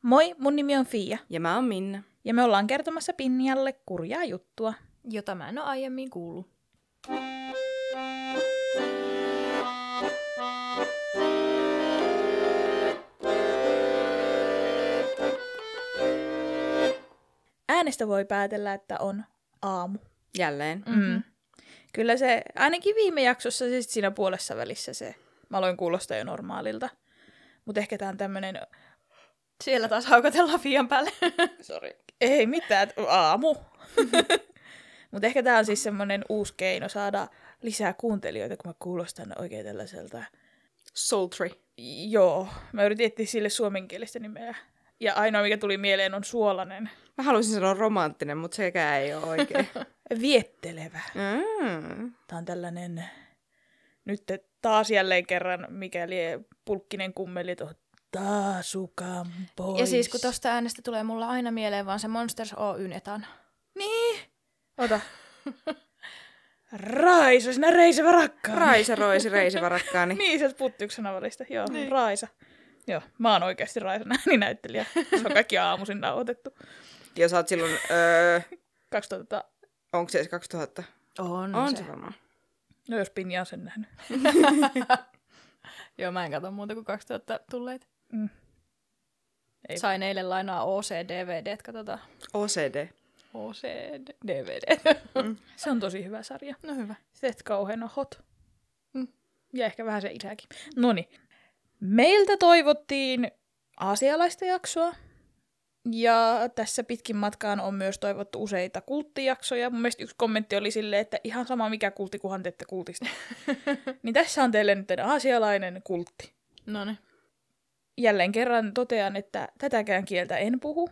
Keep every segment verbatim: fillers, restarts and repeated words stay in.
Moi, mun nimi on Fia. Ja mä oon Minna. Ja me ollaan kertomassa Pinjalle kurjaa juttua. Jota mä en ole aiemmin kuullut. Äänestä voi päätellä, että on aamu. Jälleen. Mm. Kyllä se, ainakin viime jaksossa se siinä puolessa välissä se, mä aloin kuulostaa jo normaalilta. Mutta ehkä tää on tämmönen, Siellä taas haukotellaan Fian päälle. sorry, ei mitään, aamu. Mutta ehkä tää on siis semmonen uusi keino saada lisää kuuntelijoita, kun mä kuulostan oikein tällaiselta. Sultry. Joo, mä yritin etsiä sille suomenkielistä nimeä. Ja ainoa, mikä tuli mieleen, on suolainen. Mä haluaisin sanoa romanttinen, mutta sekään ei ole oikein. Viettelevä. mm. Tää on tällainen, nyt taas jälleen kerran, mikäli pulkkinen kummelit ottaa sukan pois. Ja siis kun tosta äänestä tulee mulla aina mieleen vaan se Monsters Oyn etana. Niin. Ota. Raisa, sinä reisevä rakkaani. Raisa, roisi, reisevä rakkaani. Niin, se putti yksi sanavälistä. Joo, niin. Raisa. Joo, mä oon oikeasti Raisa ääninäyttelijä. Se on kaikki aamuisin nauhoitettu. Ja sä oot silloin, öö, kaksituhatta. onko se edes kaksituhatta? On, On se. se varmaan. No jos Pinja on sen nähnyt. Joo, mä en katso muuta kuin kaksituhatta tulleita. Mm. Ei. Sain eilen lainaa O C-D V D, katsotaan. O C D. O C-D V D. Mm. Se on tosi hyvä sarja. No hyvä. Seth kauhean on hot. Mm. Ja ehkä vähän se isäkin. Noniin. Meiltä toivottiin aasialaista jaksoa. Ja tässä pitkin matkaan on myös toivottu useita kulttijaksoja. Mun mielestä yksi kommentti oli silleen, että ihan sama mikä kultti, kunhan teette kultista. Niin tässä on teille nyt aasialainen kultti. Noniin. Jälleen kerran totean, että tätäkään kieltä en puhu.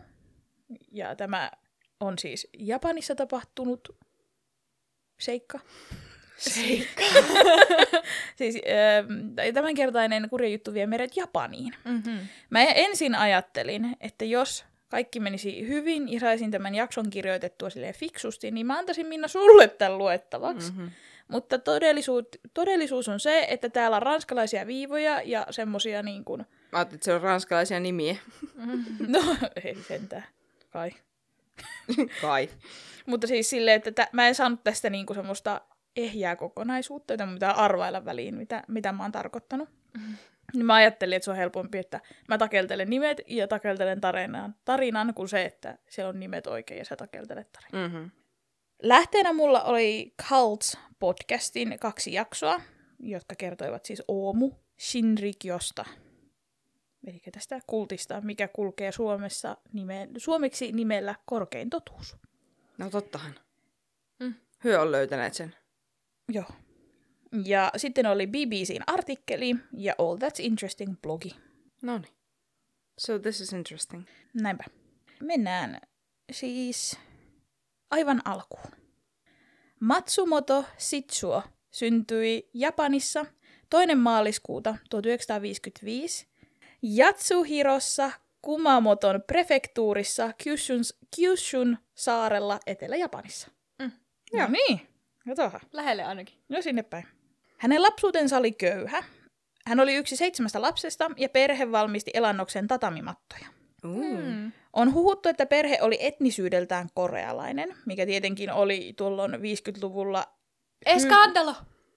Ja tämä on siis Japanissa tapahtunut seikka. Seikka. siis äh, tämänkertainen kurja juttu vie meidät Japaniin. Mm-hmm. Mä ensin ajattelin, että jos kaikki menisi hyvin ja saisin tämän jakson kirjoitettua silleen fiksusti, niin mä antaisin Minna sulle tämän luettavaksi. Mm-hmm. Mutta todellisuus, todellisuus on se, että täällä on ranskalaisia viivoja ja semmosia niin kuin... Mä ajattelin, että se on ranskalaisia nimiä. No, ei sentään. Kai. Kai. Mutta siis silleen, että tä, mä en saanut tästä niinku semmoista ehjää kokonaisuutta, jota mun pitää arvailla väliin, mitä, mitä mä oon tarkoittanut. Mm. Niin mä ajattelin, että se on helpompi, että mä takeltelen nimet ja takeltelen tarinan, tarinan kuin se, että siellä on nimet oikein ja sä takeltelet tarinan. Mm-hmm. Lähteenä mulla oli Cults-podcastin kaksi jaksoa, jotka kertoivat siis Oomu Shinrikyosta. Eli tästä kultista, mikä kulkee Suomessa nime, suomeksi nimellä Korkein totuus. No tottahan. Mm. Hyö on löytäneet sen. Joo. Ja sitten oli B B C:n artikkeli ja All That's Interesting blogi. Noniin. So this is interesting. Näinpä. Mennään siis aivan alkuun. Matsumoto Shitsuo syntyi Japanissa toinen maaliskuuta tuhatyhdeksänsataaviisikymmentäviisi Yatsuhirossa Kumamoton prefektuurissa Kyushun, Kyushun saarella Etelä-Japanissa. Mm. Joo niin, katohan. Lähelle ainakin. No sinne päin. Hänen lapsuutensa oli köyhä. Hän oli yksi seitsemästä lapsesta ja perhe valmisti elannoksen tatamimattoja. Uh. Mm. On huhuttu, että perhe oli etnisyydeltään korealainen, mikä tietenkin oli tuolloin viisikymmentäluvulla... Eskandalo!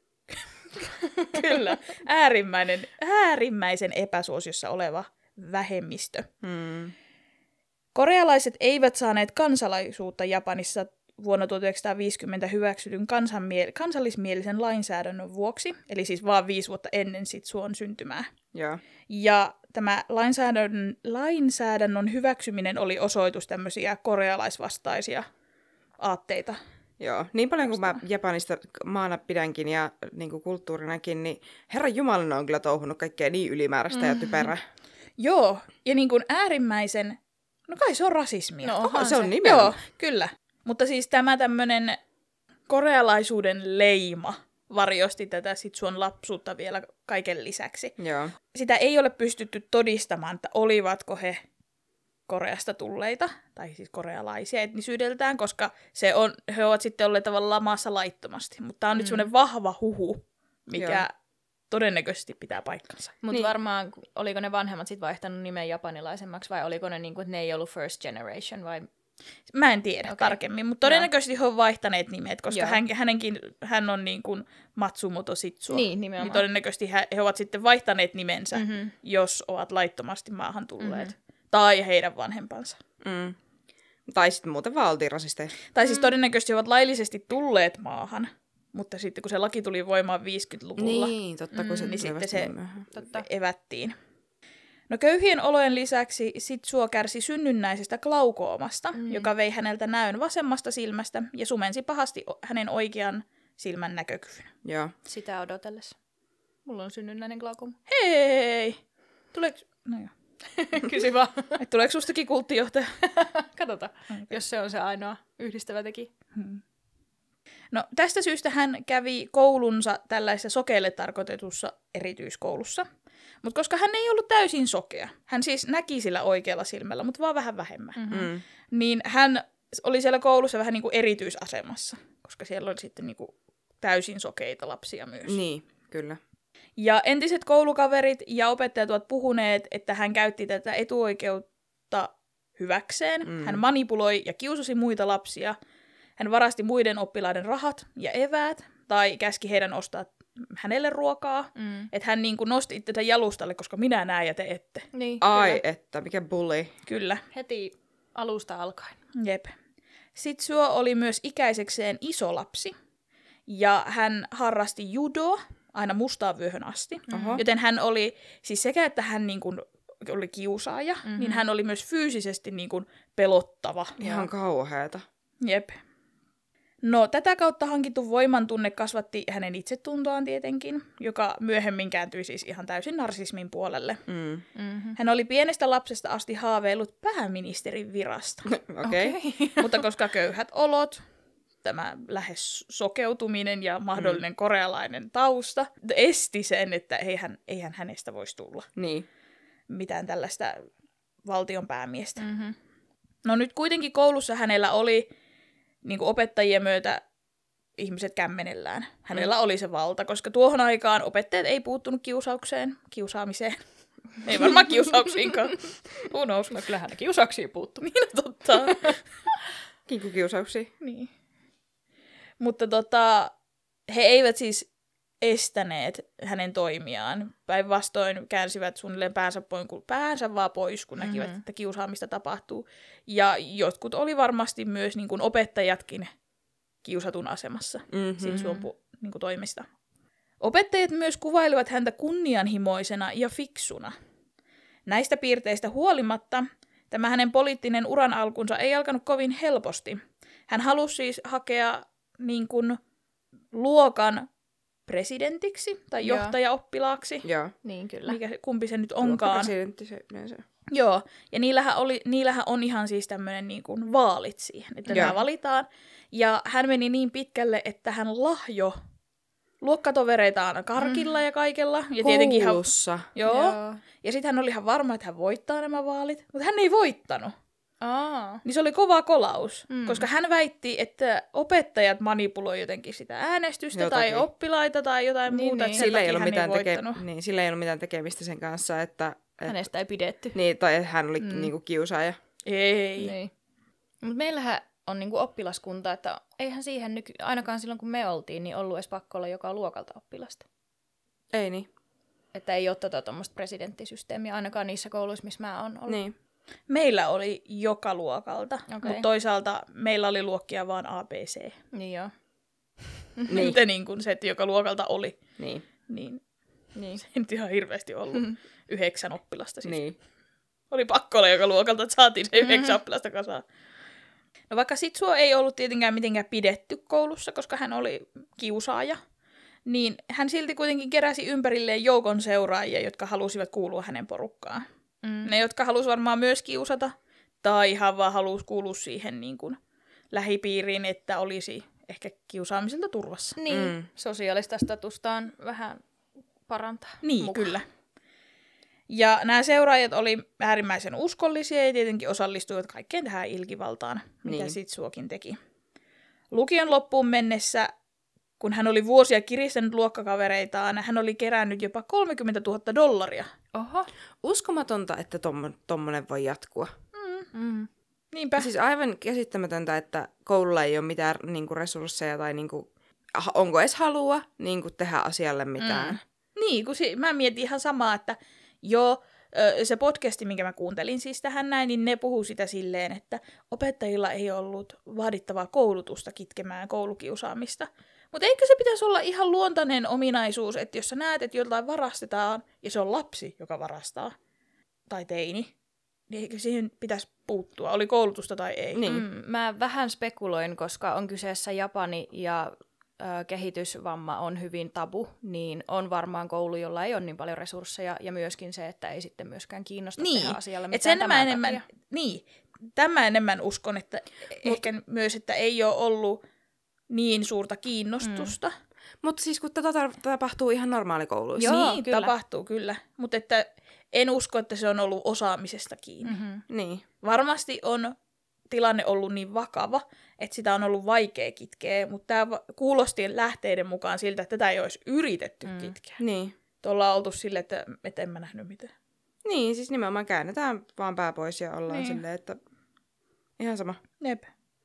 Kyllä, äärimmäinen, äärimmäisen epäsuosiossa oleva vähemmistö. Hmm. Korealaiset eivät saaneet kansalaisuutta Japanissa vuonna tuhatyhdeksänsataaviisikymmentä hyväksytyn kansanmie- kansallismielisen lainsäädännön vuoksi, eli siis vaan viisi vuotta ennen Shitsuon syntymää. Joo. Ja tämä lainsäädännön, lainsäädännön hyväksyminen oli osoitus tämmöisiä korealaisvastaisia aatteita. Joo, niin paljon kuin mä Japanista maana pidänkin ja niin kuin kulttuurinakin, niin Herran Jumalana on kyllä touhunut kaikkea niin ylimääräistä mm-hmm. ja typerää. Joo, ja niin kuin äärimmäisen, no kai se on rasismia. No, Oh, se, se on nimenomaan. Joo, kyllä. Mutta siis tämä tämmöinen korealaisuuden leima varjosti tätä Shitsuon lapsuutta vielä kaiken lisäksi. Joo. Sitä ei ole pystytty todistamaan, että olivatko he Koreasta tulleita, tai siis korealaisia etnisyydeltään, koska se on, he ovat sitten olleet tavallaan maassa laittomasti. Mutta tämä on mm. nyt semmoinen vahva huhu, mikä todennäköisesti pitää paikkansa. Mutta Niin. varmaan, oliko ne vanhemmat sitten vaihtanut nimen japanilaisemmaksi vai oliko ne niin kuin, että ne ei ollut first generation vai... Mä en tiedä Okei. tarkemmin, mutta todennäköisesti he on vaihtaneet nimet, koska Joo. hän, hänenkin, hän on niin kuin Matsumoto Shitsuo. Niin, nimenomaan. Niin todennäköisesti he, he ovat sitten vaihtaneet nimensä, Mhm. jos ovat laittomasti maahan tulleet. Mm-hmm. Tai heidän vanhempansa. Mm. Tai sitten muuten vaan oltiin rasisteja. Tai siis todennäköisesti he ovat laillisesti tulleet maahan, mutta sitten kun se laki tuli voimaan viisikymmentäluvulla, Niin, totta, kun se niin tuli sitten vasta se niin myöhään. Totta. evättiin. No köyhien olojen lisäksi Shitsuo kärsi synnynnäisestä glaukoomasta, mm. joka vei häneltä näön vasemmasta silmästä ja sumensi pahasti o- hänen oikean silmän näkökyvyn. Joo. Sitä odotellessa. Mulla on synnynnäinen glaukoma. Hei! Tuleeko... No joo. Kysy vaan. Et tuleeko sustakin kulttijohtaja? Katsotaan, okay. Jos se on se ainoa yhdistävä tekijä. Hmm. No tästä syystä hän kävi koulunsa tällaisessa sokeille tarkoitetussa erityiskoulussa. Mutta koska hän ei ollut täysin sokea, hän siis näki sillä oikealla silmällä, mutta vaan vähän vähemmän, Mm-hmm. Mm. niin hän oli siellä koulussa vähän niin kuin erityisasemassa, koska siellä oli sitten niin kuin täysin sokeita lapsia myös. Niin, kyllä. Ja entiset koulukaverit ja opettajat ovat puhuneet, että hän käytti tätä etuoikeutta hyväkseen. Mm. Hän manipuloi ja kiusasi muita lapsia. Hän varasti muiden oppilaiden rahat ja eväät tai käski heidän ostaa hänelle ruokaa. Mm. Että hän niin kuin nosti tätä jalustalle, koska minä näen ja te ette. Niin, Ai, kyllä. että mikä bully. Kyllä. Heti alusta alkaen. Jep. Shitsuo oli myös ikäisekseen iso lapsi. Ja hän harrasti judoa aina mustaan vyöhön asti. Oho. Joten hän oli, siis sekä että hän niin kuin oli kiusaaja, mm-hmm. niin hän oli myös fyysisesti niin kuin pelottava. Ihan kauheeta. Jep. No, tätä kautta hankittu voimantunne kasvatti hänen itsetuntoaan tietenkin, joka myöhemmin kääntyi siis ihan täysin narsismin puolelle. Mm. Mm-hmm. Hän oli pienestä lapsesta asti haaveillut pääministerin virasta, Okei. Okay. mutta koska köyhät olot, tämä lähes sokeutuminen ja mahdollinen mm. korealainen tausta esti sen, että eihän, eihän hänestä voisi tulla Niin. mitään tällaista valtion päämiestä. Mm-hmm. No nyt kuitenkin koulussa hänellä oli niin kuin opettajien myötä ihmiset kämmenellään. Hänellä mm. oli se valta, koska tuohon aikaan opettajat ei puuttunut kiusaukseen, kiusaamiseen. Ei varmaan kiusauksiinkaan. Who knows? No kyllähän ne kiusauksiin puuttuu. Niin, no totta. Kinkukiusauksia. Niin. Mutta tota, he eivät siis estäneet hänen toimiaan. Päinvastoin käänsivät suunnilleen päänsä, poin, päänsä vaan pois, kun näkivät, mm-hmm. että kiusaamista tapahtuu. Ja jotkut oli varmasti myös niin kuin opettajatkin kiusatun asemassa Mm-hmm. Shitsuon pu- niin kuin toimista. Opettajat myös kuvailivat häntä kunnianhimoisena ja fiksuna. Näistä piirteistä huolimatta tämä hänen poliittinen uran alkunsa ei alkanut kovin helposti. Hän halusi siis hakea niin kuin luokan presidentiksi tai Joo. johtajaoppilaaksi. Joo. Niin kyllä. Mikä, kumpi se nyt onkaan. Presidentti se yleensä. Joo, ja niillähän, oli, niillähän on ihan siis tämmöinen niin kuin vaalit siihen, että Joo. nämä valitaan. Ja hän meni niin pitkälle, että hän lahjo luokkatovereita aina karkilla mm. ja kaikella. Ja tietenkin hän, Koulussa. joo. Joo. Ja sitten hän oli ihan varma, että hän voittaa nämä vaalit, mutta hän ei voittanut. Aa. Niin se oli kova kolaus, Mm. koska hän väitti, että opettajat manipuloi jotenkin sitä äänestystä Jotakin. tai oppilaita tai jotain Niin, muuta, niin. että sen Sillä ei, takia ollut hän mitään ei teke- voittanut. niin, sillä ei ollut mitään tekemistä sen kanssa, että... Et, Hänestä ei pidetty. niin, tai että hän oli Mm. mm. niinku kiusaaja. Ei. Niin. Mutta meillähän on niinku oppilaskunta, että eihän siihen nyky- ainakaan silloin kun me oltiin, niin ollut edes pakko olla joka luokalta oppilasta. Ei niin. Että ei ole tota tuommoista presidenttisysteemiä ainakaan niissä kouluissa, missä mä oon ollut. Niin. Meillä oli joka luokalta, Okei. mutta toisaalta meillä oli luokkia vaan A B C. Niin joo. Niin. Mitä niin kuin se, että joka luokalta oli, Niin. niin Niin. ei nyt ihan hirveästi ollut Mhm. yhdeksän oppilasta. Siis Niin. oli pakko olla joka luokalta, että saatiin se yhdeksän Mhm. oppilasta kasaan. No vaikka Shitsuo ei ollut tietenkään mitenkään pidetty koulussa, koska hän oli kiusaaja, niin hän silti kuitenkin keräsi ympärilleen joukon seuraajia, jotka halusivat kuulua hänen porukkaan. Mm. Ne, jotka halusivat varmaan myös kiusata, tai ihan vaan halusi kuulua siihen niin kuin lähipiiriin, että olisi ehkä kiusaamiselta turvassa. Niin, Mm. mm. sosiaalista statustaan vähän parantaa. Niin, mukaan. kyllä. Ja nämä seuraajat oli äärimmäisen uskollisia ja tietenkin osallistuivat kaikkeen tähän ilkivaltaan, mitä Niin. Shitsuokin teki. Lukion loppuun mennessä kun hän oli vuosia kiristänyt luokkakavereitaan, hän oli kerännyt jopa kolmekymmentätuhatta dollaria. Oho. Uskomatonta, että tommo, tommonen voi jatkua. Mm. Mm. Niinpä. Siis aivan käsittämätöntä, että koululla ei ole mitään niinku, resursseja tai niinku, onko edes halua niinku, tehdä asialle mitään. Mm. Niin, kun si- mä mietin ihan samaa, että joo, se podcasti, minkä mä kuuntelin siis tähän näin, niin ne puhuu sitä silleen, että opettajilla ei ollut vaadittavaa koulutusta kitkemään koulukiusaamista. Mutta eikö se pitäisi olla ihan luontainen ominaisuus, että jos sä näet, että jotain varastetaan, ja se on lapsi, joka varastaa, tai teini, niin eikö siihen pitäisi puuttua, oli koulutusta tai ei. Niin. Mm, mä vähän spekuloin, koska on kyseessä Japani ja ö, kehitysvamma on hyvin tabu, niin on varmaan koulu, jolla ei ole niin paljon resursseja, ja myöskin se, että ei sitten myöskään kiinnosta Niin, tehdä asialle et mitään sen mä tämän enemmän, takia. niin, tämä enemmän uskon, että Mut, ehkä myös, että ei ole ollut niin suurta kiinnostusta. Mm. Mutta siis kun tätä tar- tapahtuu ihan normaalikouluissa. Joo, niin, kyllä. tapahtuu kyllä. Mutta että en usko, että se on ollut osaamisesta kiinni. Mm-hmm. Niin. Varmasti on tilanne ollut niin vakava, että sitä on ollut vaikea kitkeä, mutta tämä kuulosti lähteiden mukaan siltä, että tätä ei olisi yritetty Mm. kitkeä. Niin. Tuolla on oltu silleen, että, että en mä nähnyt mitään. Niin, siis nimenomaan käännetään vaan pää pois ja ollaan Niin. silleen, että ihan sama. Jep.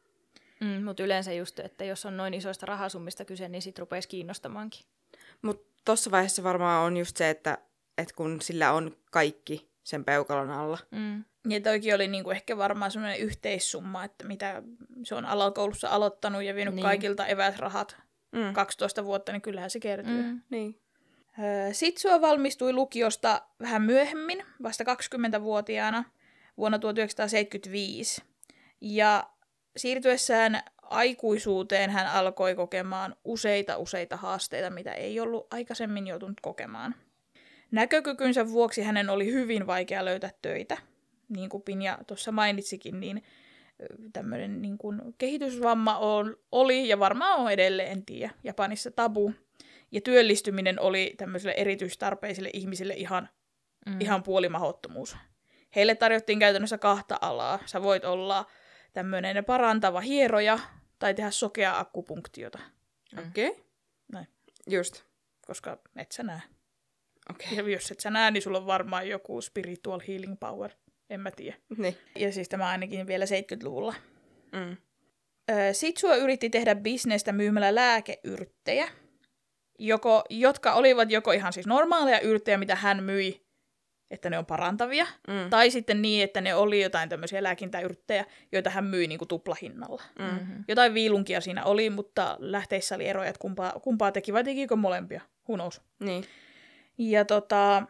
Mm, mutta yleensä just, että jos on noin isoista rahasummista kyse, niin sit rupeisi kiinnostamaankin. Mutta tossa vaiheessa varmaan on just se, että, että kun sillä on kaikki sen peukalon alla. Mm. Ja toikin oli niinku ehkä varmaan semmoinen yhteissumma, että mitä se on alakoulussa aloittanut ja vienyt Niin. niin. kaikilta eväsrahat Mm. kaksitoista vuotta, niin kyllähän se kertyy. Mm. Mm. Niin. Sitsua valmistui lukiosta vähän myöhemmin, vasta kaksikymmentävuotiaana vuonna tuhatyhdeksänsataaseitsemänkymmentäviisi. Ja siirtyessään aikuisuuteen hän alkoi kokemaan useita useita haasteita, mitä ei ollut aikaisemmin joutunut kokemaan. Näkökykynsä vuoksi hänen oli hyvin vaikea löytää töitä. Niin kuin Pinja tuossa mainitsikin, niin tämmöinen niin kuin kehitysvamma on, oli ja varmaan on edelleen, en tiedä, Japanissa tabu. Ja työllistyminen oli tämmöisille erityistarpeisille ihmisille ihan, Mm. ihan puolimahottomuus. Heille tarjottiin käytännössä kahta alaa. Sä voit olla tämmöinen parantava hieroja tai tehdä sokea akupunktiota, Okei. Okay. Näin. Just. koska et sä näe. Okei. Ja jos et sä näe, niin sulla on varmaan joku spiritual healing power. En mä tiedä. Niin. Ja siis tämä ainakin vielä seitsemänkymmentäluvulla. Mm. Ö, Sitsua yritti tehdä bisnestä myymällä lääkeyrttejä, joko, jotka olivat joko ihan siis normaaleja yrttejä, mitä hän myi, että ne on parantavia, Mm. tai sitten niin, että ne oli jotain tämmöisiä lääkintäyrttejä, joita hän myi niin kuin tuplahinnalla. Mm. Mm-hmm. Jotain viilunkia siinä oli, mutta lähteissä oli eroja, että kumpaa, kumpaa teki, vai tekikö molempia? Who knows? Niin. Ja tota,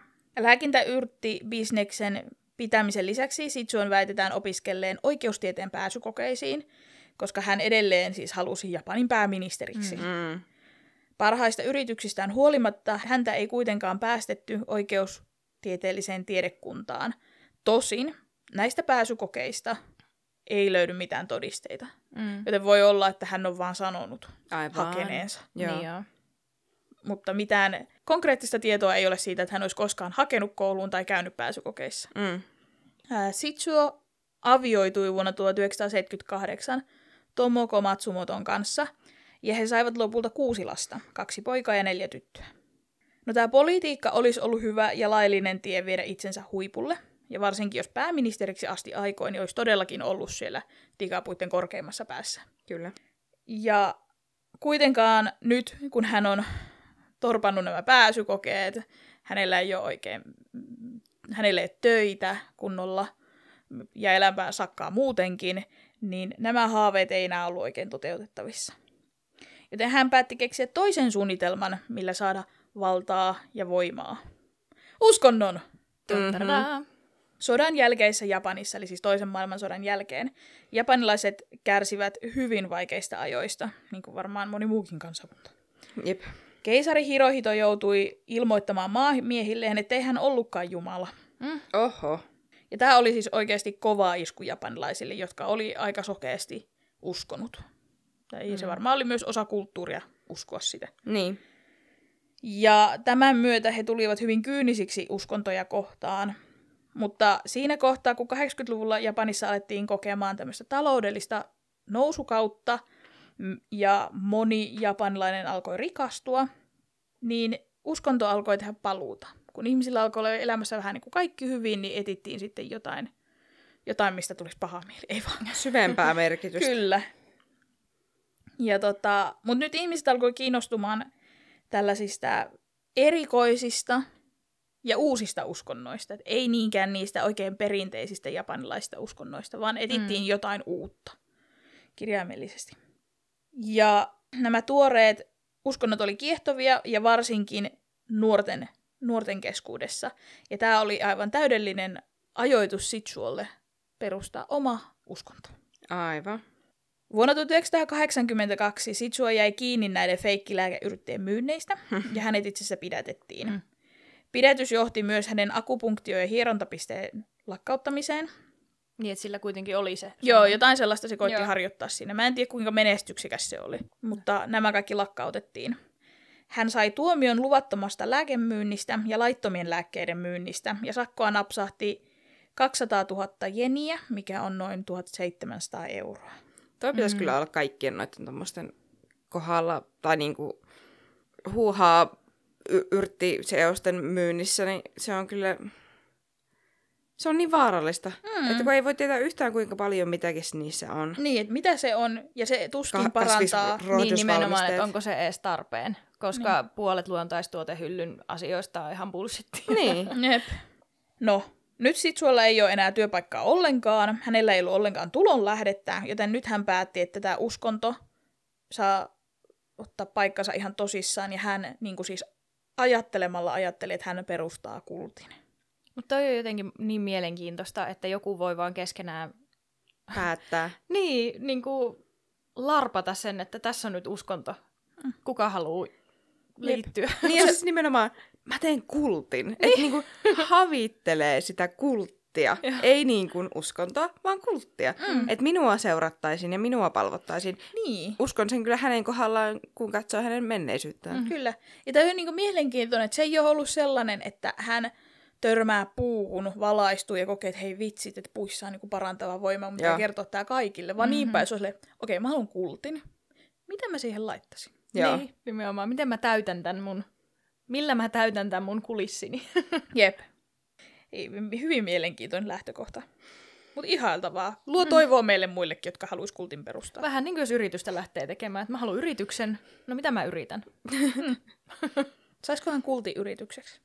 lääkintäyrtti-bisneksen pitämisen lisäksi Sitsuon väitetään opiskelleen oikeustieteen pääsykokeisiin, koska hän edelleen siis halusi Japanin pääministeriksi. Mm. Mm. Parhaista yrityksistään huolimatta häntä ei kuitenkaan päästetty oikeustieteelliseen tiedekuntaan. Tosin näistä pääsykokeista ei löydy mitään todisteita, Mm. joten voi olla, että hän on vaan sanonut Aivan. hakeneensa. Joo. Niin joo. Mutta mitään konkreettista tietoa ei ole siitä, että hän olisi koskaan hakenut kouluun tai käynyt pääsykokeissa. Mm. Ää, Sitsuo avioitui vuonna tuhatyhdeksänsataaseitsemänkymmentäkahdeksan Tomoko Matsumoton kanssa, ja he saivat lopulta kuusi lasta, kaksi poikaa ja neljä tyttöä. No tämä politiikka olisi ollut hyvä ja laillinen tie viedä itsensä huipulle, ja varsinkin jos pääministeriksi asti aikoin, niin olisi todellakin ollut siellä tikapuitten korkeimmassa päässä. Kyllä. Ja kuitenkaan nyt, kun hän on torpannut nämä pääsykokeet, hänellä ei ole oikein, hänellä ei ole töitä kunnolla ja elämää sakkaa muutenkin, niin nämä haaveet ei enää ollut oikein toteutettavissa. Joten hän päätti keksiä toisen suunnitelman, millä saada valtaa ja voimaa. Uskonnon! Mm-hmm. Sodan jälkeisessä Japanissa, eli siis toisen maailmansodan jälkeen, japanilaiset kärsivät hyvin vaikeista ajoista, niin kuin varmaan moni muukin kansakunta. Jep. Keisari Hirohito joutui ilmoittamaan maamiehilleen, ettei hän ollutkaan Jumala. Mm. Oho. Ja tämä oli siis oikeasti kova isku japanilaisille, jotka oli aika sokeasti uskonut. Ja se varmaan oli myös osa kulttuuria uskoa sitä. Niin. Ja tämän myötä he tulivat hyvin kyynisiksi uskontoja kohtaan. Mutta siinä kohtaa, kun kahdeksankymmentäluvulla Japanissa alettiin kokemaan tämmöistä taloudellista nousukautta, ja moni japanilainen alkoi rikastua, niin uskonto alkoi tehdä paluuta. Kun ihmisillä alkoi olla elämässä vähän niin kuin kaikki hyvin, niin etittiin sitten jotain, jotain mistä tulisi paha mieli. Ei vaan. Syvempää merkitystä. Kyllä. Ja tota, mutta nyt ihmiset alkoi kiinnostumaan tällaisista erikoisista ja uusista uskonnoista. Et ei niinkään niistä oikein perinteisistä japanilaisista uskonnoista, vaan etittiin mm. jotain uutta kirjaimellisesti. Ja nämä tuoreet uskonnot oli kiehtovia ja varsinkin nuorten, nuorten keskuudessa. Ja tämä oli aivan täydellinen ajoitus Sitsuolle perustaa oma uskonto. Aivan. Vuonna tuhatyhdeksänsataakahdeksankymmentäkaksi Sitsuo jäi kiinni näiden feikkilääkeyrittäjien myynneistä, ja hänet itse asiassa pidätettiin. Mm. Pidätys johti myös hänen akupunktio- ja hierontapisteen lakkauttamiseen. Niin, että sillä kuitenkin oli se. Joo, jotain sellaista se koitti Joo. harjoittaa siinä. Mä en tiedä, kuinka menestyksikäs se oli, mutta nämä kaikki lakkautettiin. Hän sai tuomion luvattomasta lääkemyynnistä ja laittomien lääkkeiden myynnistä, ja sakkoa napsahti kaksisataatuhatta jeniä, mikä on noin tuhatseitsemänsataa euroa. Toi pitäisi mm. kyllä olla kaikkien noiden tommosten kohdalla, tai niinku huuhaa y- yrttiseosten myynnissä, niin se on kyllä, se on niin vaarallista, mm. että kun ei voi tietää yhtään kuinka paljon mitäkin niissä on. Niin, että mitä se on, ja se tuskin Ka- parantaa. Niin nimenomaan, että onko se edes tarpeen, koska niin. puolet luontaistuotehyllyn asioista on ihan bullshittia. Niin. Jep. No, nyt Sitsuolla ei ole enää työpaikkaa ollenkaan, hänellä ei ollut ollenkaan tulonlähdettä, joten nyt hän päätti, että tämä uskonto saa ottaa paikkansa ihan tosissaan, ja hän niin kuin siis ajattelemalla ajatteli, että hän perustaa kultin. Mutta toi on jotenkin niin mielenkiintoista, että joku voi vaan keskenään Päättää. niin, niin kuin larpata sen, että tässä on nyt uskonto. Kuka haluaa liittyä? Niin ja siis nimenomaan, mä teen kultin. Niin. Että niinku havittelee sitä kulttia. Ei niin kuin uskontoa, vaan kulttia. Mm. Että minua seurattaisiin ja minua palvottaisiin. Niin. Uskon sen kyllä hänen kohdallaan, kun katsoo hänen menneisyyttään. Mm. Kyllä. Ja tämä on niin kuin mielenkiintoinen, että se ei ole ollut sellainen, että hän törmää puuhun, valaistuu ja kokee, että hei vitsit, että puissa on niin parantava voima, mutta kertoa tämä kaikille. Vaan mm-hmm. niin päin se on silleen, okei, okay, mä haluan kultin. Mitä mä siihen laittaisin? Joo. Niin, nimenomaan. Miten mä täytän tämän mun, millä mä täytän tämän mun kulissini? Jep. Hyvin mielenkiintoinen lähtökohta. Mutta ihailtavaa. Luo toivoa mm. meille muillekin, jotka haluaisi kultin perustaa. Vähän niin kuin jos yritystä lähtee tekemään, että mä haluan yrityksen. No mitä mä yritän? Saisikohan kultin yritykseksi?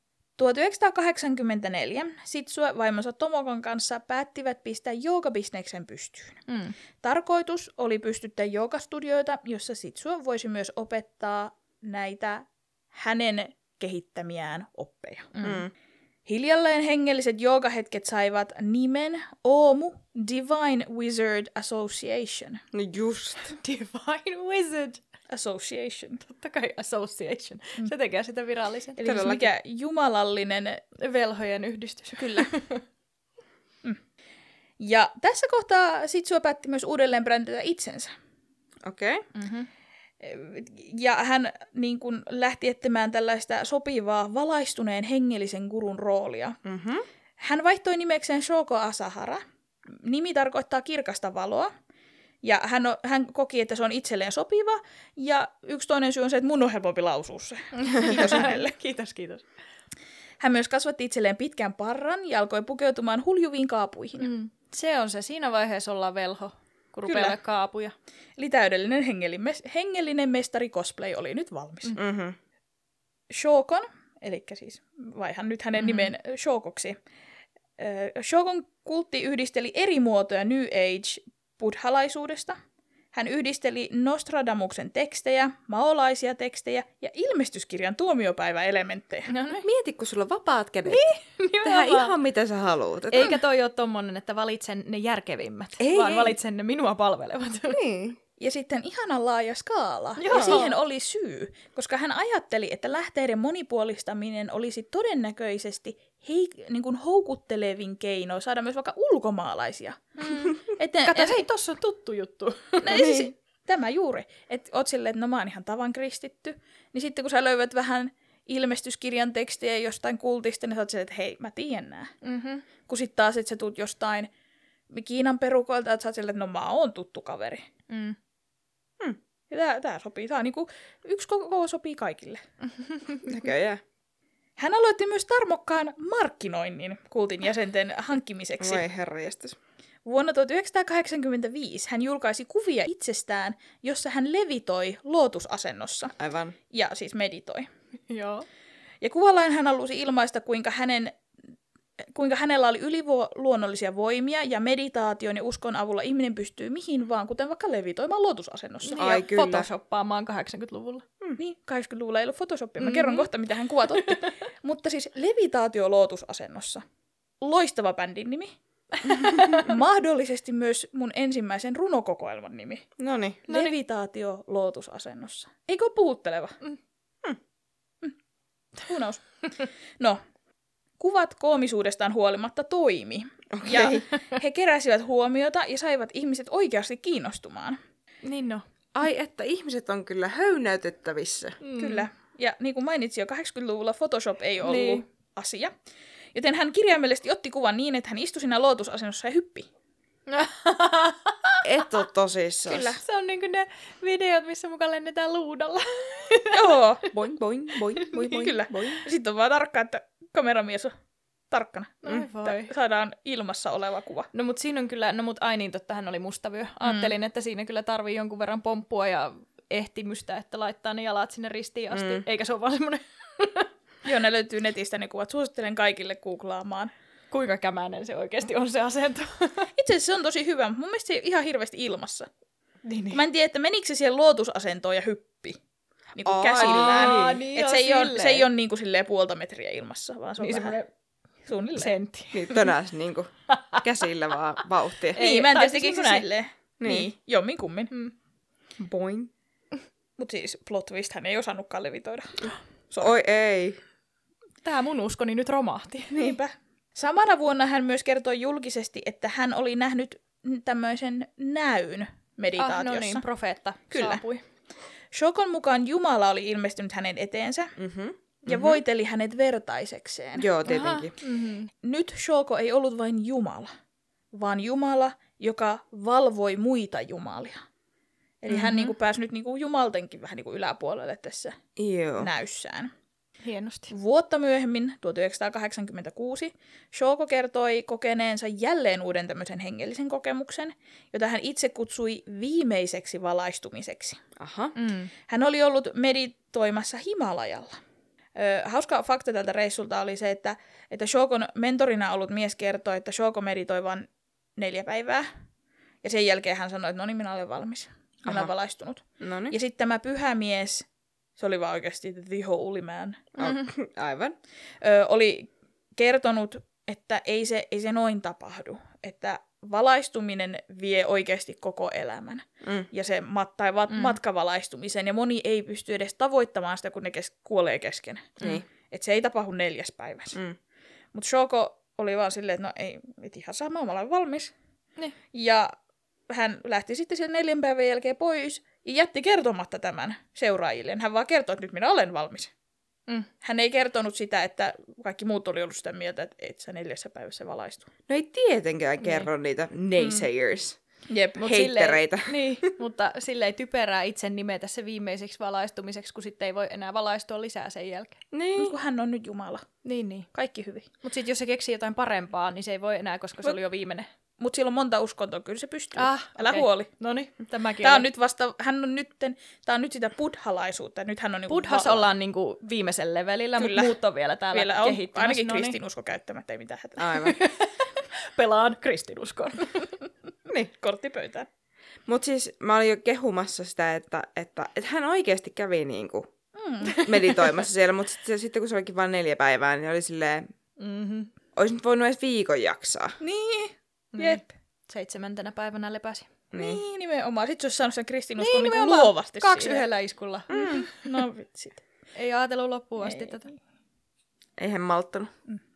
tuhatyhdeksänsataakahdeksankymmentäneljä Sitsue vaimonsa Tomokon kanssa päättivät pistää joogabisneksen pystyyn. Mm. Tarkoitus oli pystyttää joogastudioita, jossa Sitsue voisi myös opettaa näitä hänen kehittämiään oppeja. Mm. Hiljalleen hengelliset joogahetket saivat nimen Oomu Divine Wizard Association. No just. Divine Wizard Association. Totta kai association. Mm. Se tekee sitä virallisen. Eli siis mikä jumalallinen velhojen yhdistys. Kyllä. mm. Ja tässä kohtaa Sitsue päätti myös uudelleen brändätä itsensä. Okei. Okay. Mm-hmm. Ja hän niin kun, lähti etsimään tällaista sopivaa valaistuneen hengellisen gurun roolia. Mm-hmm. Hän vaihtoi nimekseen Shoko Asahara. Nimi tarkoittaa kirkasta valoa. Ja hän, on, hän koki, että se on itselleen sopiva. Ja yksi toinen syy on se, että mun on helpompi lausua se. Kiitos hänelle. Kiitos, kiitos. Hän myös kasvatti itselleen pitkän parran ja alkoi pukeutumaan huljuviin kaapuihin. Mm. Se on se. Siinä vaiheessa ollaan velho, kun rupeaa olemaan kaapuja. Eli täydellinen hengellinen mestari cosplay oli nyt valmis. Mm-hmm. Shokon, eli siis vaihan nyt hänen mm-hmm. nimen Shokoksi. Shokon kultti yhdisteli eri muotoja New Age buddhalaisuudesta. Hän yhdisteli Nostradamuksen tekstejä, maolaisia tekstejä ja ilmestyskirjan tuomiopäiväelementtejä. No, no. Mieti, kun sulla on vapaat kädet. Niin, tehdään ihan mitä sä haluat. Että... Eikä toi ole tommonen, että valitsen ne järkevimmät, ei, vaan ei. valitsen ne minua palvelevat. Niin. Ja sitten ihanan laaja skaala. Joo. Ja siihen oli syy, koska hän ajatteli, että lähteiden monipuolistaminen olisi todennäköisesti hei, niin kuin houkuttelevin keino saada myös vaikka ulkomaalaisia. Mm. Että, Kato, et, hei, tossa on tuttu juttu. No, niin. siis, tämä juuri. Että oot silleen, että no mä oon ihan tavan kristitty. Niin sitten kun sä löydät vähän ilmestyskirjan tekstejä jostain kultista, niin sä oot silleen, että hei, mä tiedän nää. Mm-hmm. Kun sit taas, että sä tuut jostain Kiinan perukoilta, että sä oot silleen, että no mä oon tuttu kaveri. Mm. Hmm. Tää, tää sopii. Tää on niinku, yksi koko sopii kaikille. Näköjään. Hän aloitti myös tarmokkaan markkinoinnin kultin jäsenten hankkimiseksi. Voi herranjestas. Vuonna tuhatyhdeksänsataakahdeksankymmentäviisi hän julkaisi kuvia itsestään, jossa hän levitoi lootusasennossa. Aivan. Ja siis meditoi. Joo. Ja kuvallaan hän halusi ilmaista, kuinka, hänen, kuinka hänellä oli yliluonnollisia voimia ja meditaation ja uskon avulla ihminen pystyy mihin vaan, kuten vaikka levitoimaan lootusasennossa. Niin, Ai, ja kyllä. photoshoppaamaan kahdeksankymmentäluvulla. Mm. Niin, kahdeksankymmentäluvulla ei ollut Photoshoppia. Mä Mm-hmm. kerron kohta, mitä hän kuvat otti. Mutta siis levitaatio lootusasennossa. Loistava bändin nimi. Mahdollisesti myös mun ensimmäisen runokokoelman nimi. Noniin. Levitaatio lootusasennossa. Eikö ole puhutteleva? Mm. Mm. Mm. Who knows? No, kuvat koomisuudestaan huolimatta toimi. Okei. Ja he keräsivät huomiota ja saivat ihmiset oikeasti kiinnostumaan. Niin no. Ai, että ihmiset on kyllä höynäytettävissä. Mm. Kyllä. Ja niin kuin mainitsin jo, kahdeksankymmentäluvulla Photoshop ei ollut Niin. asia. Joten hän kirjaimellisesti otti kuvan niin, että hän istui siinä lootusasennossa ja hyppi. Et oo tosissaan. Kyllä. Se on niinku ne videot, missä mukaan lennetään luudalla. Joo. Boing, boing, boing, boing, boing, Kyllä. boing. Sitten on vaan tarkkaa, että kameramies on tarkkana. Ai voi. Että saadaan ilmassa oleva kuva. No mut siinä on kyllä, no mut ai niin, totta hän oli mustavyö. Ajattelin, mm. että siinä kyllä tarvii jonkun verran pomppua ja ehtimystä, että laittaa ne jalat sinne ristiin asti. Mm. Eikä se ole vaan semmoinen, Joo, ne löytyy netistä ne kuvat. Suosittelen kaikille googlaamaan. kuinka kämäinen se oikeasti on se asento. Itse asiassa se on tosi hyvä, mutta mun mielestä se ei ihan hirveästi ilmassa. niin, Kun mä en tiedä, että menikö se siihen lootusasentoon ja hyppi. Niin kuin Ai. käsillään. Aa, niin Et joo, se, ei ole, se silleen. ei ole niin kuin silleen puolta metriä ilmassa, vaan se on niin vähän semmoinen suunnilleen. sentti. Niin tönäs niinku käsillä vaan vauhtia. Ei, Niin, mä en tai tiedä, siis tekikö niinku se näin. silleen. Niin. Niin. niin, jommin kummin. Mm. Boing. Mutta siis plot twist, hän ei osannutkaan levitoida. Sorry. Oi ei. Tää mun uskoni nyt romahti. Niinpä. Samana vuonna hän myös kertoi julkisesti, että hän oli nähnyt tämmöisen näyn meditaatiossa. Ah, no niin, profeetta Kyllä. saapui. Shokon mukaan Jumala oli ilmestynyt hänen eteensä Mhm. ja voiteli hänet vertaisekseen. Joo, tietenkin. Mm-hmm. Nyt Shoko ei ollut vain Jumala, vaan Jumala, joka valvoi muita jumalia. Eli mm-hmm. hän niinku pääsi nyt niinku jumaltenkin vähän niinku yläpuolelle tässä Joo. näyssään. Hienosti. Vuotta myöhemmin, tuhatyhdeksänsataakahdeksankymmentäkuusi, Shoko kertoi kokeneensa jälleen uuden tämmöisen hengellisen kokemuksen, jota hän itse kutsui viimeiseksi valaistumiseksi. Aha. Mm. Hän oli ollut meditoimassa Himalajalla. Ö, hauska fakta tältä reissulta oli se, että, että Shokon mentorina ollut mies kertoi, että Shoko meditoi vain neljä päivää. Ja sen jälkeen hän sanoi, että no niin, minä olen valmis. Minä olen Aha. valaistunut. Noniin. Ja sitten tämä pyhä mies, se oli vaan oikeasti the holy man, Oh, aivan. ö, oli kertonut, että ei se, ei se noin tapahdu. Että valaistuminen vie oikeasti koko elämän. Mm. Ja se mat- tai va- Mm. matkavalaistumisen. Ja moni ei pysty edes tavoittamaan sitä, kun ne kes- kuolee kesken. Niin. Että se ei tapahdu neljäs päivässä. Mm. Mutta Shoko oli vaan silleen, että no ei, et ihan sama, mä olen valmis. Niin. Ja hän lähti sitten sieltä neljän päivän jälkeen pois ja jätti kertomatta tämän seuraajille. Hän vaan kertoi, että nyt minä olen valmis. Mm. Hän ei kertonut sitä, että kaikki muut oli ollut sitä mieltä, että et sä neljässä päivässä valaistu. No ei tietenkään kerro niitä naysayers. Jep. Mut Heittereitä. Silleen, niin, mutta sille ei typerää itse nimetä se viimeiseksi valaistumiseksi, kun sitten ei voi enää valaistua lisää sen jälkeen. Niin. Mut kun hän on nyt Jumala. Niin, niin. Kaikki hyvin. Mutta sitten jos se keksii jotain parempaa, niin se ei voi enää, koska se Mut- oli jo viimeinen. Mutta sillä on monta uskontoa, kyllä se pystyy. Ah, Älä okei. huoli. No niin, tämäkin Tää on oli. nyt vasta, hän on nytten, tää on nyt sitä buddhalaisuutta. Nyt hän on niinku Buddhas val- ollaan niinku viimeisen levelillä, mutta Kyllä. muut on vielä täällä Vielä on kehittymässä. ainakin No niin. kristinusko käyttämättä, ei mitään hätää. Aivan. Pelaan kristinuskon. Niin, kortti pöytään. Mut siis mä olin jo kehumassa sitä, että, että, että hän oikeasti kävi niinku Mm. meditoimassa siellä, mutta sitten, sitten kun se olikin vain neljä päivää, niin oli silleen, Mm-hmm. olisi nyt voinut edes viikon jaksaa. Niin, jep. Seitsemäntenä päivänä lepäsi. Niin. Niin, nimenomaan. Sitten se olisi saanut sen kristinuskon Niin, niin, nimenomaan. luovasti Kaksi siihen. yhdellä iskulla. Mm. No vitsit. Ei ajatellut loppuun asti Ei. tätä. Eihän malttanut.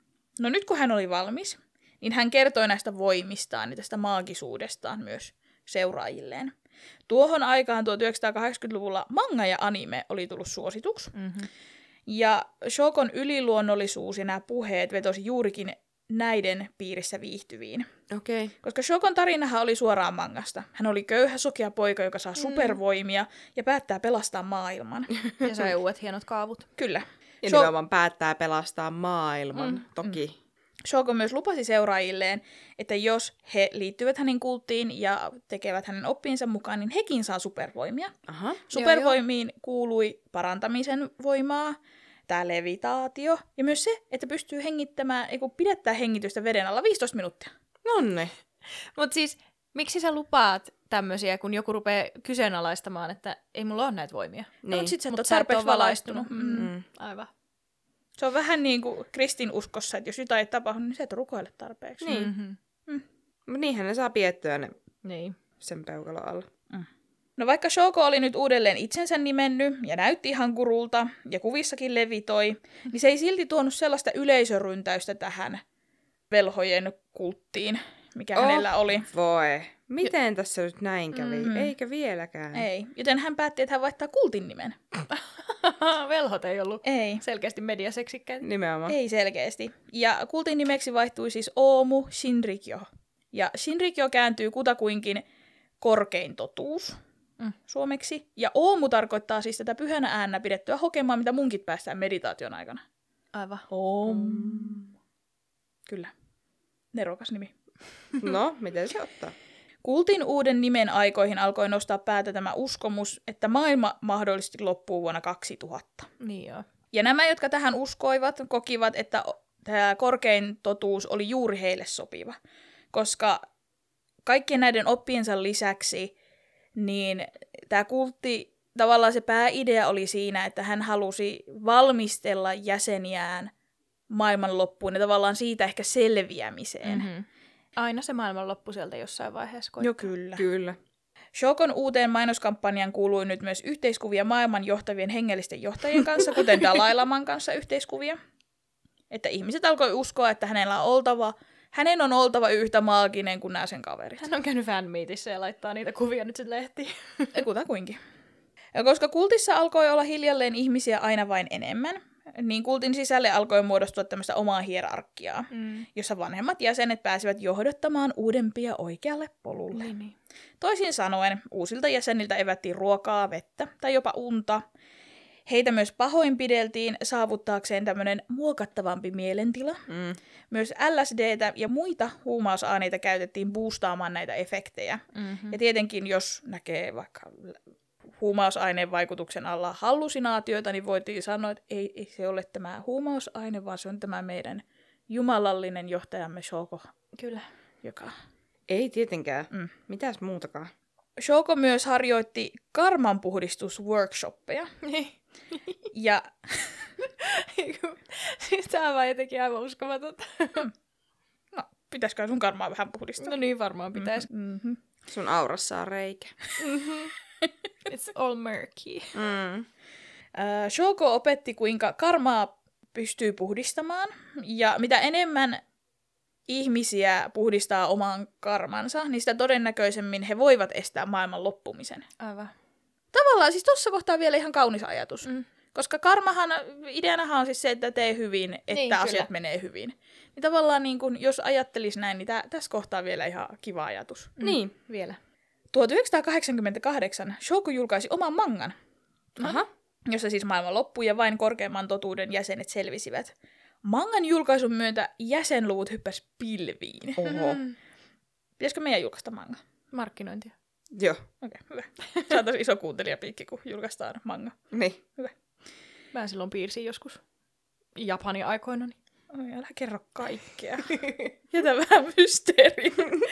No nyt kun hän oli valmis, niin hän kertoi näistä voimistaan ja tästä maagisuudestaan myös seuraajilleen. Tuohon aikaan tuhatyhdeksänsataakahdeksankymmentäluvulla manga ja anime oli tullut suosituksi. Mm-hmm. Ja Shokon yliluonnollisuus ja nämä puheet vetosi juurikin näiden piirissä viihtyviin. Okei. Okay. Koska Shokon tarinahan oli suoraan mangasta. Hän oli köyhä, sokea poika, joka saa supervoimia ja päättää pelastaa maailman. Ja sai uudet hienot kaavut. Kyllä. Ja Sho- nimenomaan päättää pelastaa maailman, mm. toki. Mm. Shoko myös lupasi seuraajilleen, että jos he liittyvät hänen kulttiin ja tekevät hänen oppinsa mukaan, niin hekin saa supervoimia. Aha. Supervoimiin kuului parantamisen voimaa, tämä levitaatio ja myös se, että pystyy hengittämään, ei kun pidättää hengitystä veden alla viisitoista minuuttia. Nonne. Mutta siis, miksi sä lupaat tämmöisiä, kun joku rupeaa kyseenalaistamaan, että ei mulla ole näitä voimia? Niin. No, mutta sit sä et Mut ole sä et tarpeeksi oo valaistunut. valaistunut. Mm. Mm. Aivan. Se on vähän niin kuin kristinuskossa, että jos jotain ei tapahdu, niin sä et rukoile tarpeeksi. Niin. Mm-hmm. Mm. Niinhän ne saa piettyä ne Niin. sen peukalon alla. Mm. No vaikka Shoko oli nyt uudelleen itsensä nimennyt ja näytti ihan gurulta ja kuvissakin levitoi, niin se ei silti tuonut sellaista yleisöryntäystä tähän velhojen kulttiin, mikä Oh. hänellä oli. Voi. Miten tässä nyt näin kävi? Mm. Eikä vieläkään. Ei. Joten hän päätti, että hän vaihtaa kultin nimen. Velhot ei ollut Ei. selkeästi mediaseksikkäitä. Nimenomaan. Ei selkeästi. Ja kultin nimeksi vaihtui siis Oomu Shinrikyo. Ja Shinrikyo kääntyy kutakuinkin korkein totuus Mm. suomeksi. Ja Oomu tarkoittaa siis tätä pyhänä äänä pidettyä hokemaa, mitä munkit päästään meditaation aikana. Aivan. Om. Mm. Kyllä. Nerokas nimi. No, miten se ottaa? Kultin uuden nimen aikoihin alkoi nostaa päätä tämä uskomus, että maailma mahdollisesti loppuu vuonna kaksituhatta. Niin joo. Ja nämä, jotka tähän uskoivat, kokivat, että tämä korkein totuus oli juuri heille sopiva. Koska kaikkien näiden oppiensa lisäksi, niin tämä kultti, tavallaan se pääidea oli siinä, että hän halusi valmistella jäseniään maailmanloppuun ja tavallaan siitä ehkä selviämiseen. Mm-hmm. Aina se maailmanloppu sieltä jossain vaiheessa koittaa. Joo, kyllä. Kyllä. Shokon uuteen mainoskampanjaan kuului nyt myös yhteiskuvia maailman johtavien hengellisten johtajien kanssa, kuten Dalai Laman kanssa yhteiskuvia. Että ihmiset alkoi uskoa, että hänellä on oltava, hänen on oltava yhtä maaginen kuin nämä sen kaverit. Hän on käynyt fanmeetissä ja laittaa niitä kuvia nyt sitten lehtiin. Kutakuinkin. Ja koska kultissa alkoi olla hiljalleen ihmisiä aina vain enemmän, niin kultin sisälle alkoi muodostua tämmöistä omaa hierarkiaa, Mm. jossa vanhemmat jäsenet pääsivät johdattamaan uudempia oikealle polulle. Niin, niin. Toisin sanoen, uusilta jäseniltä evättiin ruokaa, vettä tai jopa unta. Heitä myös pahoinpideltiin saavuttaakseen tämmöinen muokattavampi mielentila. Mm. Myös L S D:tä ja muita huumausaineita käytettiin boostaamaan näitä efektejä. Mm-hmm. Ja tietenkin, jos näkee vaikka huumausaineen vaikutuksen alla hallusinaatioita, niin voitiin sanoa, että ei, ei se ole tämä huumausaine, vaan se on tämä meidän jumalallinen johtajamme Shoko, Kyllä. joka... Ei tietenkään. Mm. Mitäs muutakaan? Shoko myös harjoitti karmanpuhdistusworkshoppeja. Niin. Ja Siis tää on vaan jotenkin aivan uskomatonta. no, pitäisikö sun karmaa vähän puhdistaa? No niin, varmaan pitäisi. Mm-hmm. Sun aurassa on reikä. Mm-hmm. It's all murky. Mm. Äh, Shoko opetti, kuinka karmaa pystyy puhdistamaan. Ja mitä enemmän ihmisiä puhdistaa oman karmansa, niin sitä todennäköisemmin he voivat estää maailman loppumisen. Aivan. Tavallaan siis tuossa kohtaa vielä ihan kaunis ajatus. Mm. Koska karmahan, ideanahan on siis se, että tee hyvin, että Niin, asiat kyllä. menee hyvin. Niin tavallaan niin kun, jos ajattelisi näin, niin tä, tässä kohtaa vielä ihan kiva ajatus. Mm. Niin. Vielä. tuhatyhdeksänsataakahdeksankymmentäkahdeksan Shoko julkaisi oman mangan, Aha. jossa siis maailman loppui ja vain korkeimman totuuden jäsenet selvisivät. Mangan julkaisun myötä jäsenluvut hyppäsi pilviin. Oho. Mm. Pitäisikö meidän julkaista manga? Markkinointia. Joo. Okei, hyvä. Saataisiin iso kuuntelijapiikki, kun julkaistaan manga. Niin. Mä silloin piirsin joskus Japanin aikoina. Niin. Oi, älä kerro kaikkea. Jätä vähän mysteeriä.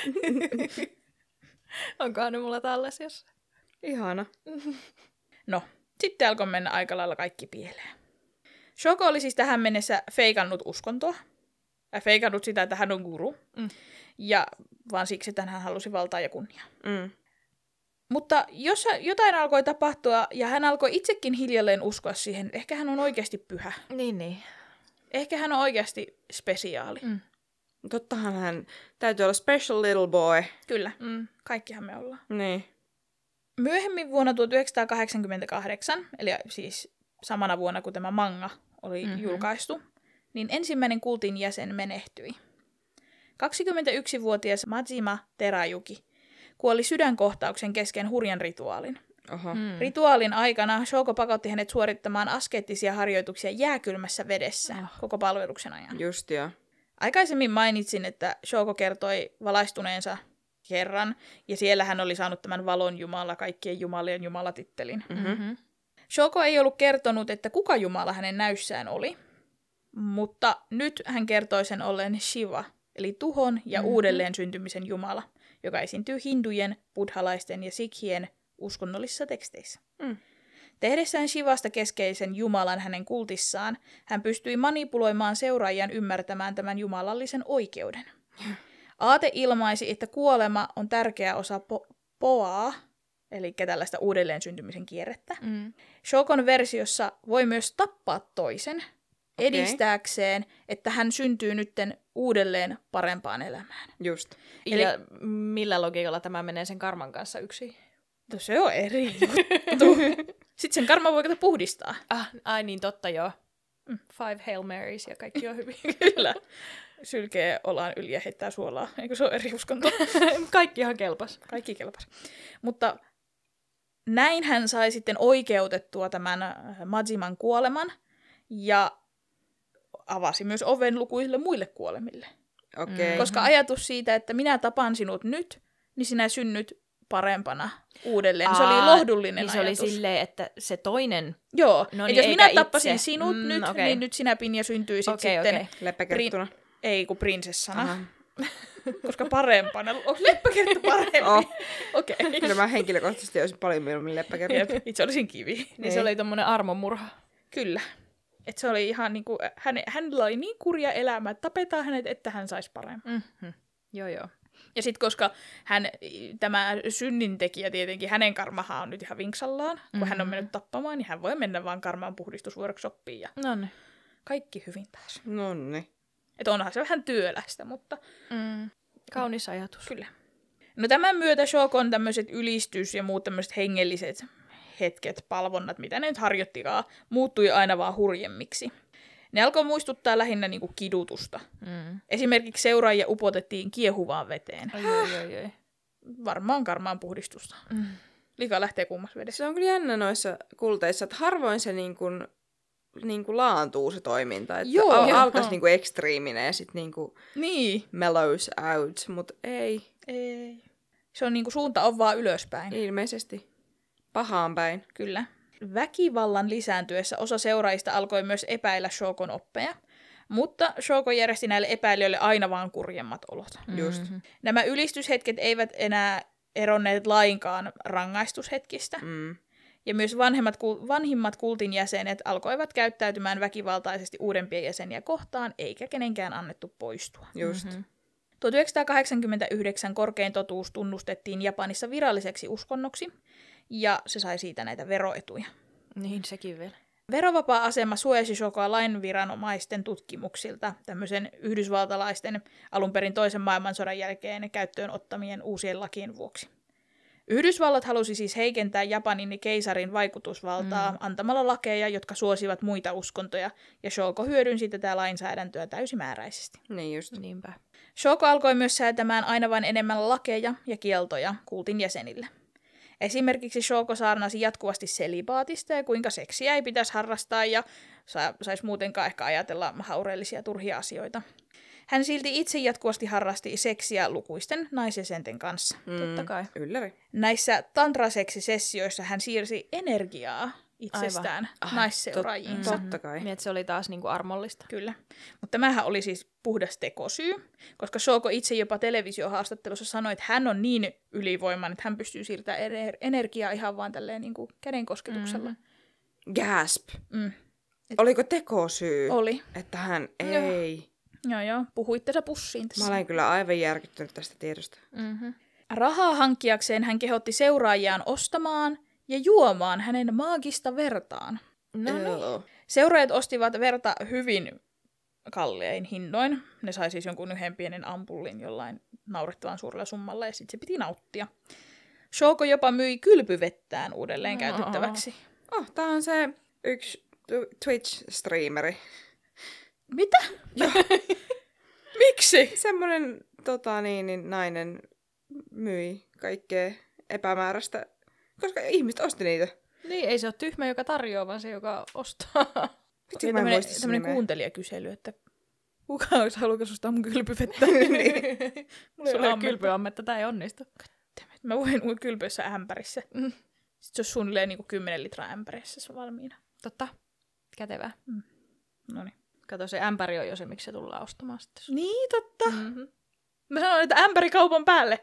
Onkohan ne mulla tallessa jossain? Ihana. No, sitten alkoi mennä aika lailla kaikki pieleen. Shoko oli siis tähän mennessä feikannut uskontoa. Ja feikannut sitä, että hän on guru. Mm. Ja vaan siksi, että hän halusi valtaa ja kunniaa. Mm. Mutta jos jotain alkoi tapahtua ja hän alkoi itsekin hiljalleen uskoa siihen, että ehkä hän on oikeasti pyhä. Niin, niin. Ehkä hän on oikeasti spesiaali. Mm. Tottahan hän täytyy olla special little boy. Kyllä, Mm. kaikkihan me ollaan. Niin. Myöhemmin vuonna tuhatyhdeksänsataakahdeksankymmentäkahdeksan, eli siis samana vuonna kun tämä manga oli Mhm. mm-hmm. julkaistu, niin ensimmäinen kultin jäsen menehtyi. kaksikymmentäyksivuotias Majima Terayuki kuoli sydänkohtauksen kesken hurjan rituaalin. Oho. Mm. Rituaalin aikana Shoko pakotti hänet suorittamaan askeettisia harjoituksia jääkylmässä vedessä Oh. koko palveluksen ajan. Just joo. Aikaisemmin mainitsin, että Shoko kertoi valaistuneensa kerran, ja siellä hän oli saanut tämän valon jumala, kaikkien jumalien jumalatittelin. Mm-hmm. Shoko ei ollut kertonut, että kuka jumala hänen näyssään oli, mutta nyt hän kertoi sen ollen Shiva, eli tuhon ja Mhm. uudelleen syntymisen jumala, joka esiintyy hindujen, buddhalaisten ja sikhien uskonnollisissa teksteissä. Mm. Tehdessään Shivasta keskeisen jumalan hänen kultissaan, hän pystyi manipuloimaan seuraajan ymmärtämään tämän jumalallisen oikeuden. Aate ilmaisi, että kuolema on tärkeä osa po- poaa, eli tällaista uudelleen syntymisen kierrettä. Mm. Shokon versiossa voi myös tappaa toisen Okei. edistääkseen, että hän syntyy nytten uudelleen parempaan elämään. Just. Eli- Ja millä logiikalla tämä menee sen karman kanssa yksin? No se on eri juttu. Sitten sen karma voi kato puhdistaa. Ah, ai niin, totta joo. Mm. Five Hail Marys ja kaikki on hyvin. Kyllä. Sylkee ollaan yli ja heittää suolaa. Eikö se ole eri uskonto? Kaikki ihan kelpas. Kaikki kelpas. Mutta näin hän sai sitten oikeutettua tämän äh, Majiman kuoleman ja avasi myös oven lukuisille muille kuolemille. Okei. Mm. Koska ajatus siitä, että minä tapan sinut nyt, niin sinä synnyt parempana uudelleen. Se oli Aa, lohdullinen Niin se ajatus. oli silleen, että se toinen... Joo, No no niin, niin, jos eikä minä itse. tappasin sinut Mm, nyt, okei. niin nyt sinä Pinja syntyisit Okei, sitten, okei. Leppäkerttuna. ei kun prinsessana, Aha. koska parempana. Onko leppäkerttu parempi? Oh. Okei. Kyllä mä henkilökohtaisesti olisin paljon mieluummin leppäkerttu. Jep, itse olisin kivi. Niin Ei. se oli tommonen armomurha. Kyllä. Et se oli ihan niinku, hän, hänellä oli niin kurja elämä, että tapetaan hänet, että hän saisi paremmin. Mm-hmm. Joo, joo. Ja sitten koska hän, tämä synnintekijä tietenkin, hänen karmahan on nyt ihan vinksallaan, kun mm-hmm. hän on mennyt tappamaan, niin hän voi mennä vaan karman puhdistusworkshoppiin ja No niin. kaikki hyvin taas. Nonni. Että onhan se vähän työlästä, mutta Mm. Kaunis ajatus. kyllä. No tämän myötä Shokon tämmöiset ylistys ja muut tämmöiset hengelliset hetket, palvonnat, mitä ne nyt harjoittikaan, muuttui aina vaan hurjemmiksi. Ne alkoi muistuttaa lähinnä niinku kidutusta. Mm. Esimerkiksi seuraajia upotettiin kiehuvaan veteen. Oi, oi, oi, oi. Varmaan karmaan puhdistusta. Mm. Lika lähtee kummassa vedessä. Se on kyllä jännä noissa kulteissa, että harvoin se niin kuin, niin kuin laantuu se toiminta. Että Joo, al- joo. alkaisi niin kuin ekstriiminen ja sitten niin kuin Niin. mellows out, mutta ei. Ei. Se on niinku suunta on vaan ylöspäin. Ilmeisesti pahaan päin. Kyllä. Väkivallan lisääntyessä osa seuraajista alkoi myös epäillä Shokon oppeja, mutta Shoko järjesti näille epäilijöille aina vaan kurjemmat olot. Just. Mm-hmm. Nämä ylistyshetket eivät enää eronneet lainkaan rangaistushetkistä, Mm. ja myös vanhemmat, vanhimmat kultin jäsenet alkoivat käyttäytymään väkivaltaisesti uudempia jäseniä kohtaan, eikä kenenkään annettu poistua. Just. Mm-hmm. tuhatyhdeksänsataakahdeksankymmentäyhdeksän korkein totuus tunnustettiin Japanissa viralliseksi uskonnoksi, ja se sai siitä näitä veroetuja. Niin, sekin vielä. Verovapaa-asema suojasi Shokoa lainviranomaisten tutkimuksilta tämmöisen yhdysvaltalaisten alun perin toisen maailmansodan jälkeen käyttöön ottamien uusien lakien vuoksi. Yhdysvallat halusi siis heikentää Japanin keisarin vaikutusvaltaa mm. antamalla lakeja, jotka suosivat muita uskontoja, ja Shoko hyödynsi tätä lainsäädäntöä täysimääräisesti. Niin just. Niinpä. Shoko alkoi myös säätämään aina vain enemmän lakeja ja kieltoja kultin jäsenille. Esimerkiksi Shoko saarnasi jatkuvasti selibaatista ja kuinka seksiä ei pitäisi harrastaa ja sa- saisi muutenkaan ehkä ajatella haureellisia turhia asioita. Hän silti itse jatkuvasti harrasti seksiä lukuisten naisjäsenten kanssa. Mm. Totta kai. Ylläri. Näissä tantraseksisessioissa hän siirsi energiaa itsestään Ah, naisseuraajiinsa. Tot, totta kai. Niin, että se oli taas niinku armollista. Kyllä. Mutta tämähän oli siis puhdas tekosyy, koska Shoko itse jopa televisiohaastattelussa sanoi, että hän on niin ylivoimainen, että hän pystyy siirtämään ener- energiaa ihan vaan tälleen niin kuin kädenkosketuksella. Mm-hmm. Gasp. Mm. Oliko tekosyy, Oli. että hän Joo. ei? Joo, joo. Puhuitte sä pussiin tässä. Mä olen kyllä aivan järkyttynyt tästä tiedosta. Mm-hmm. Rahaa hankkiakseen hän kehotti seuraajiaan ostamaan ja juomaan hänen maagista vertaan. No niin. Joo. Seuraajat ostivat verta hyvin kallein hinnoin. Ne sai siis jonkun yhden pienen ampullin jollain naurettavan suurella summalla ja sitten se piti nauttia. Shoko jopa myi kylpyvettään uudelleen käytettäväksi. Oh, tää on se yksi tu- Twitch-streameri. Mitä? Miksi? Semmonen tota, niin, niin, nainen myi kaikkea epämääräistä, koska ihmiset osti niitä. Niin, ei se ole tyhmä, joka tarjoaa, vaan se, joka ostaa. Vitsi, mä en muista sen tämmöinen nimeä. kuuntelijakysely, että kuka olisi halukas ostaa mun kylpyvettä? Niin. Mulla ei ole kylpyammetta, tää ei onnistu. Mä voin kylpyessä ämpärissä. Mm. Sitten se on suunnilleen niin kuin kymmenen litraa ämpärissä se on valmiina. Totta. Kätevää. Mm. Noniin. Kato, se ämpäri on jo se, miksi se tullaan ostamaan sitten. Niin, totta. Mm-hmm. Mä sanoin, että ämpäri kaupan päälle.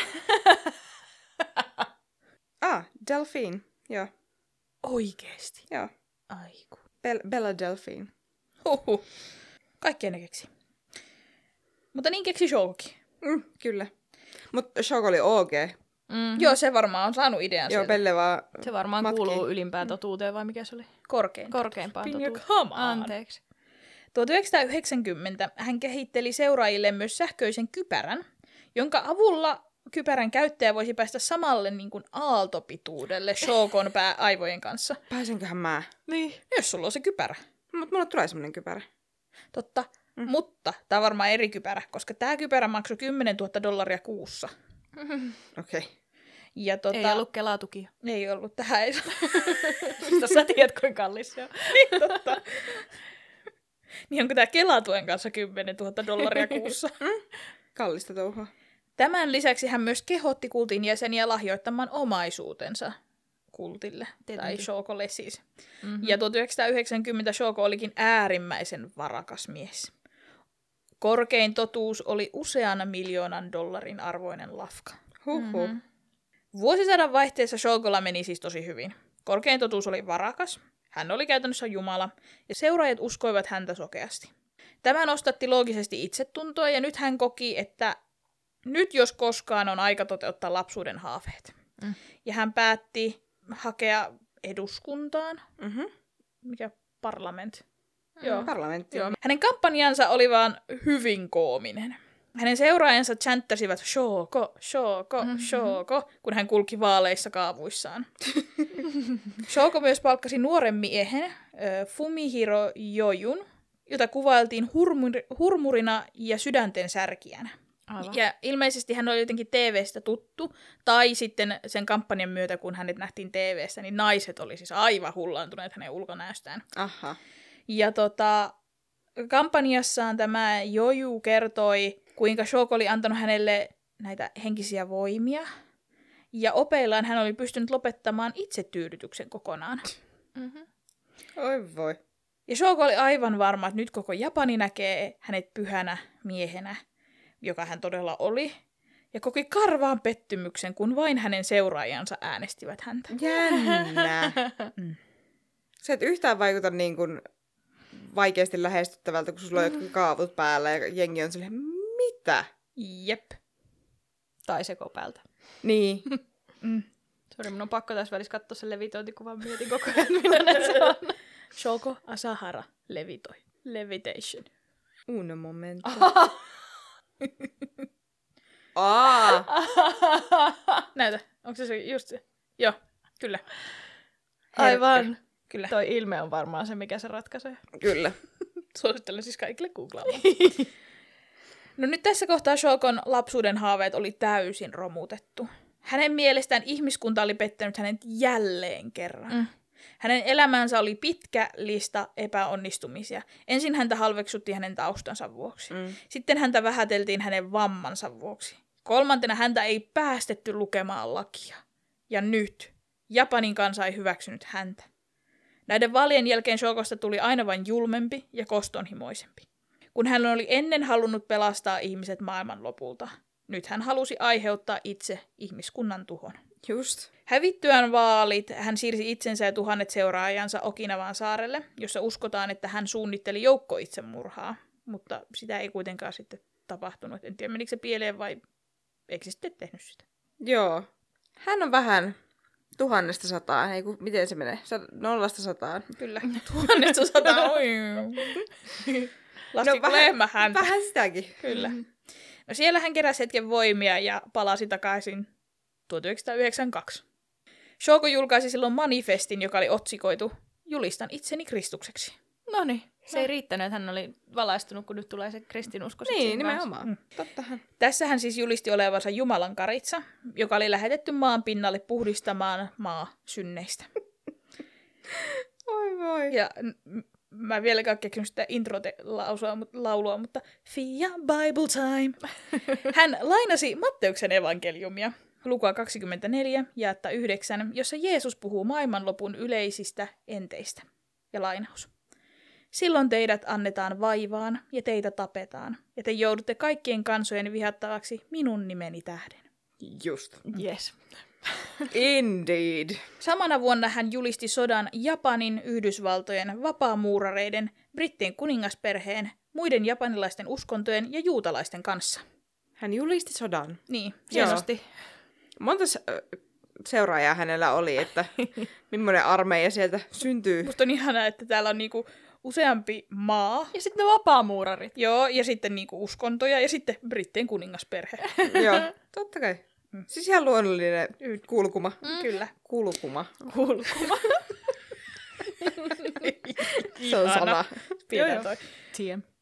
Ah, Delphine. Joo, Oikeesti. joo. Aiku. Bel- Bella Delphine. Huhhuh. Kaikkea ne keksi. Mutta niin keksi Shoukokin. Mm, kyllä. Mutta Shock oli O G. Mm-hmm. Joo, se varmaan on saanut idean Joo, sieltä. Pelle vaan Se varmaan matkii. kuuluu ylimpään totuuteen, vai mikä se oli? Korkein. Korkeimpaan Pinja, totuuteen. come on. Anteeksi. tuhatyhdeksänsataayhdeksänkymmentä hän kehitteli seuraajille myös sähköisen kypärän, jonka avulla kypärän käyttäjä voisi päästä samalle niin kuin aaltopituudelle Shoukon pää aivojen kanssa. Pääsenköhän mä? Niin. Jos sulla on se kypärä. Mutta mulle tulee semmonen kypärä. Totta. Mm. Mutta tämä on varmaan eri kypärä, koska tämä kypärä maksoi kymmenentuhatta dollaria kuussa. Okei. Okay. Ja tota, Ei ollut Kelatukia. ei ollut tähän. Ei... Mistä sä tiedät, kuinka kallis se on? niin, totta. Niin onko tämä Kelatuen kanssa kymmenentuhatta dollaria kuussa? Kallista touhua. Tämän lisäksi hän myös kehotti kultin jäseniä lahjoittamaan omaisuutensa kultille, Tietenkin. tai Shoukolle siis. Mm-hmm. Ja tuhatyhdeksänsataayhdeksänkymmentä Shouko olikin äärimmäisen varakas mies. Korkein totuus oli usean miljoonan dollarin arvoinen lafka. Huhhuh. Mhm. Vuosisadan vaihteessa Shoukolla meni siis tosi hyvin. Korkein totuus oli varakas, hän oli käytännössä Jumala, ja seuraajat uskoivat häntä sokeasti. Tämä nostatti loogisesti itsetuntoa, ja nyt hän koki, että nyt jos koskaan on aika toteuttaa lapsuuden haaveet. Mm. Ja hän päätti hakea eduskuntaan, Mhm. mikä parlament. Mm. Joo. Parlamentti. Joo. Hänen kampanjansa oli vaan hyvin koominen. Hänen seuraajansa chanttasivat Shouko, Shouko, Mhm. Shouko, kun hän kulki vaaleissa kaavuissaan. Shouko myös palkkasi nuoren miehen, ö, Fumihiro Jojun, jota kuvailtiin hurmur- hurmurina ja sydänten särkijänä. Aivan. Ja ilmeisesti hän oli jotenkin T V:stä tuttu, tai sitten sen kampanjan myötä, kun hänet nähtiin T V:ssä, niin naiset oli siis aivan hullaantuneet hänen ulkonäöstään. Aha. Ja tota, kampanjassaan tämä Joju kertoi, kuinka Shouko oli antanut hänelle näitä henkisiä voimia, ja opeillaan hän oli pystynyt lopettamaan itsetyydytyksen kokonaan. Mm-hmm. Oi voi. Ja Shouko oli aivan varma, että nyt koko Japani näkee hänet pyhänä miehenä, joka hän todella oli, ja koki karvaan pettymyksen, kun vain hänen seuraajansa äänestivät häntä. Jännä. Mm. Sä et yhtään vaikuta niin kuin vaikeasti lähestyttävältä, kun sulla on jotkut kaavut päällä ja jengi on silleen, mitä? Jep. Tai sekopältä. Niin. Mm. Sori, mun on pakko tässä välissä katsoa sen levitointikuvan. Mietin koko ajan, millainen se on. Shouko Asahara levitoi. Levitation. Uno momento. Aa. Näytä. Onko se se just se? Joo, kyllä. Aivan. Kyllä. Toi ilme on varmaan se, mikä se ratkaisee. Kyllä. Suosittelen siis kaikille googlaamaan. No nyt tässä kohtaa Shoukon lapsuuden haaveet oli täysin romutettu. Hänen mielestään ihmiskunta oli pettänyt hänet jälleen kerran. Mm. Hänen elämänsä oli pitkä lista epäonnistumisia. Ensin häntä halveksuttiin hänen taustansa vuoksi. Mm. Sitten häntä vähäteltiin hänen vammansa vuoksi. Kolmantena häntä ei päästetty lukemaan lakia. Ja nyt Japanin kansa ei hyväksynyt häntä. Näiden vaalien jälkeen Shoukosta tuli aina vain julmempi ja kostonhimoisempi. Kun hän oli ennen halunnut pelastaa ihmiset maailman lopulta, nyt hän halusi aiheuttaa itse ihmiskunnan tuhon. Just. Hävittyään vaalit hän siirsi itsensä ja tuhannet seuraajansa Okinawan saarelle, jossa uskotaan, että hän suunnitteli joukkoitsemurhaa, mutta sitä ei kuitenkaan sitten tapahtunut. En tiedä, menikö se pieleen vai eikö se sitten tehnyt sitä. Joo. Hän on vähän tuhannesta sataan. Ei, kun, miten se menee? Sa- nollasta sataan. Kyllä, tuhannesta sataan. Oi. Laskiko no, lehmä häntä? Vähän sitäkin. Kyllä. No siellä hän keräsi hetken voimia ja palasi takaisin tuhatyhdeksänsataayhdeksänkymmentäkaksi. Shouko julkaisi silloin manifestin, joka oli otsikoitu Julistan itseni Kristukseksi. Noniin. Se ei riittänyt, että hän oli valaistunut, kun nyt tulee se kristinusko. sit Niin, siinä kanssa. nimenomaan. Mm. Tottahan. Tässä hän siis julisti olevansa Jumalan karitsa, joka oli lähetetty maan pinnalle puhdistamaan maa synneistä. Oi voi. Ja n- mä en vieläkään keksinyt sitä intro-laulua, mutta Fia Bible Time. Hän lainasi Matteuksen evankeliumia, lukua kaksikymmentäneljä, jaetta yhdeksän, jossa Jeesus puhuu maailmanlopun yleisistä enteistä. Ja lainaus. Silloin teidät annetaan vaivaan ja teitä tapetaan, ja te joudutte kaikkien kansojen vihattavaksi minun nimeni tähden. Just. Yes. Indeed. Samana vuonna hän julisti sodan Japanin, Yhdysvaltojen, vapaamuurareiden, brittien kuningasperheen, muiden japanilaisten uskontojen ja juutalaisten kanssa. Hän julisti sodan. Niin, Joo. hienosti. Monta se- seuraajaa hänellä oli, että millainen armeija sieltä syntyy. Musta on ihanaa, että täällä on niinku useampi maa. Ja sitten ne vapaamuurarit. Joo, ja sitten niinku uskontoja ja sitten brittien kuningasperhe. Joo, totta kai. Siis ihan luonnollinen kulkuma. Mm. Kyllä. Kulkuma. Kulkuma. Se on sana. Pidetään toi. T M.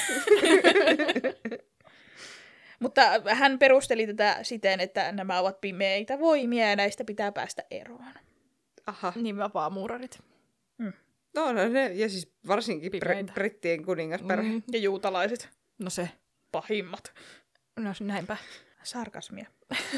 Mutta hän perusteli tätä siten, että nämä ovat pimeitä voimia ja näistä pitää päästä eroon. Aha. Niin vapaamuurarit. No, no ne, ja siis varsinkin Pimeitä. br- brittien kuningasperhe. Mm. Ja juutalaiset. No se. Pahimmat. No näinpä. Sarkasmia.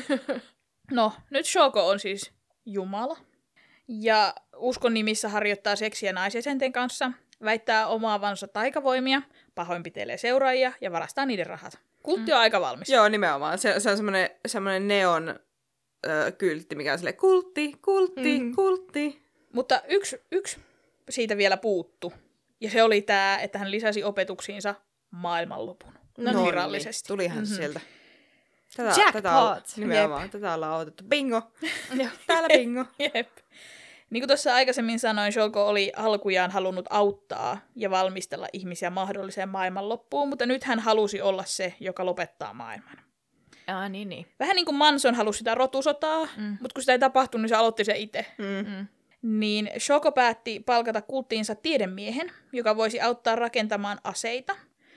No, nyt Shoko on siis Jumala. Ja uskon nimissä harjoittaa seksiä naisjäsenten kanssa, väittää omaavansa taikavoimia, pahoinpitelee seuraajia ja varastaa niiden rahat. Kultti on aika valmis. Joo, nimenomaan. Se, se on semmoinen, semmoinen neon ö, kyltti, mikä on silleen kultti, kultti, Mm. kultti. Mutta yksi, yksi siitä vielä puuttu. Ja se oli tämä, että hän lisäsi opetuksiinsa maailmanlopun. No virallisesti. Niin, tulihan se Mhm. sieltä. Tätä, Jackpot! tätä on, nimenomaan, tätä ollaan odotettu. Bingo! Täällä bingo! Jep. Niin kuin tuossa aikaisemmin sanoin, Shoko oli alkujaan halunnut auttaa ja valmistella ihmisiä mahdolliseen maailmanloppuun, mutta nyt hän halusi olla se, joka lopettaa maailman. Ah, niin, niin. Vähän niin kuin Manson halusi sitä rotusotaa, Mm. mutta kun sitä ei tapahtunut, niin se aloitti se itse. Mm. Mm. Niin Shoko päätti palkata kulttiinsa tiedemiehen, joka voisi auttaa rakentamaan aseita,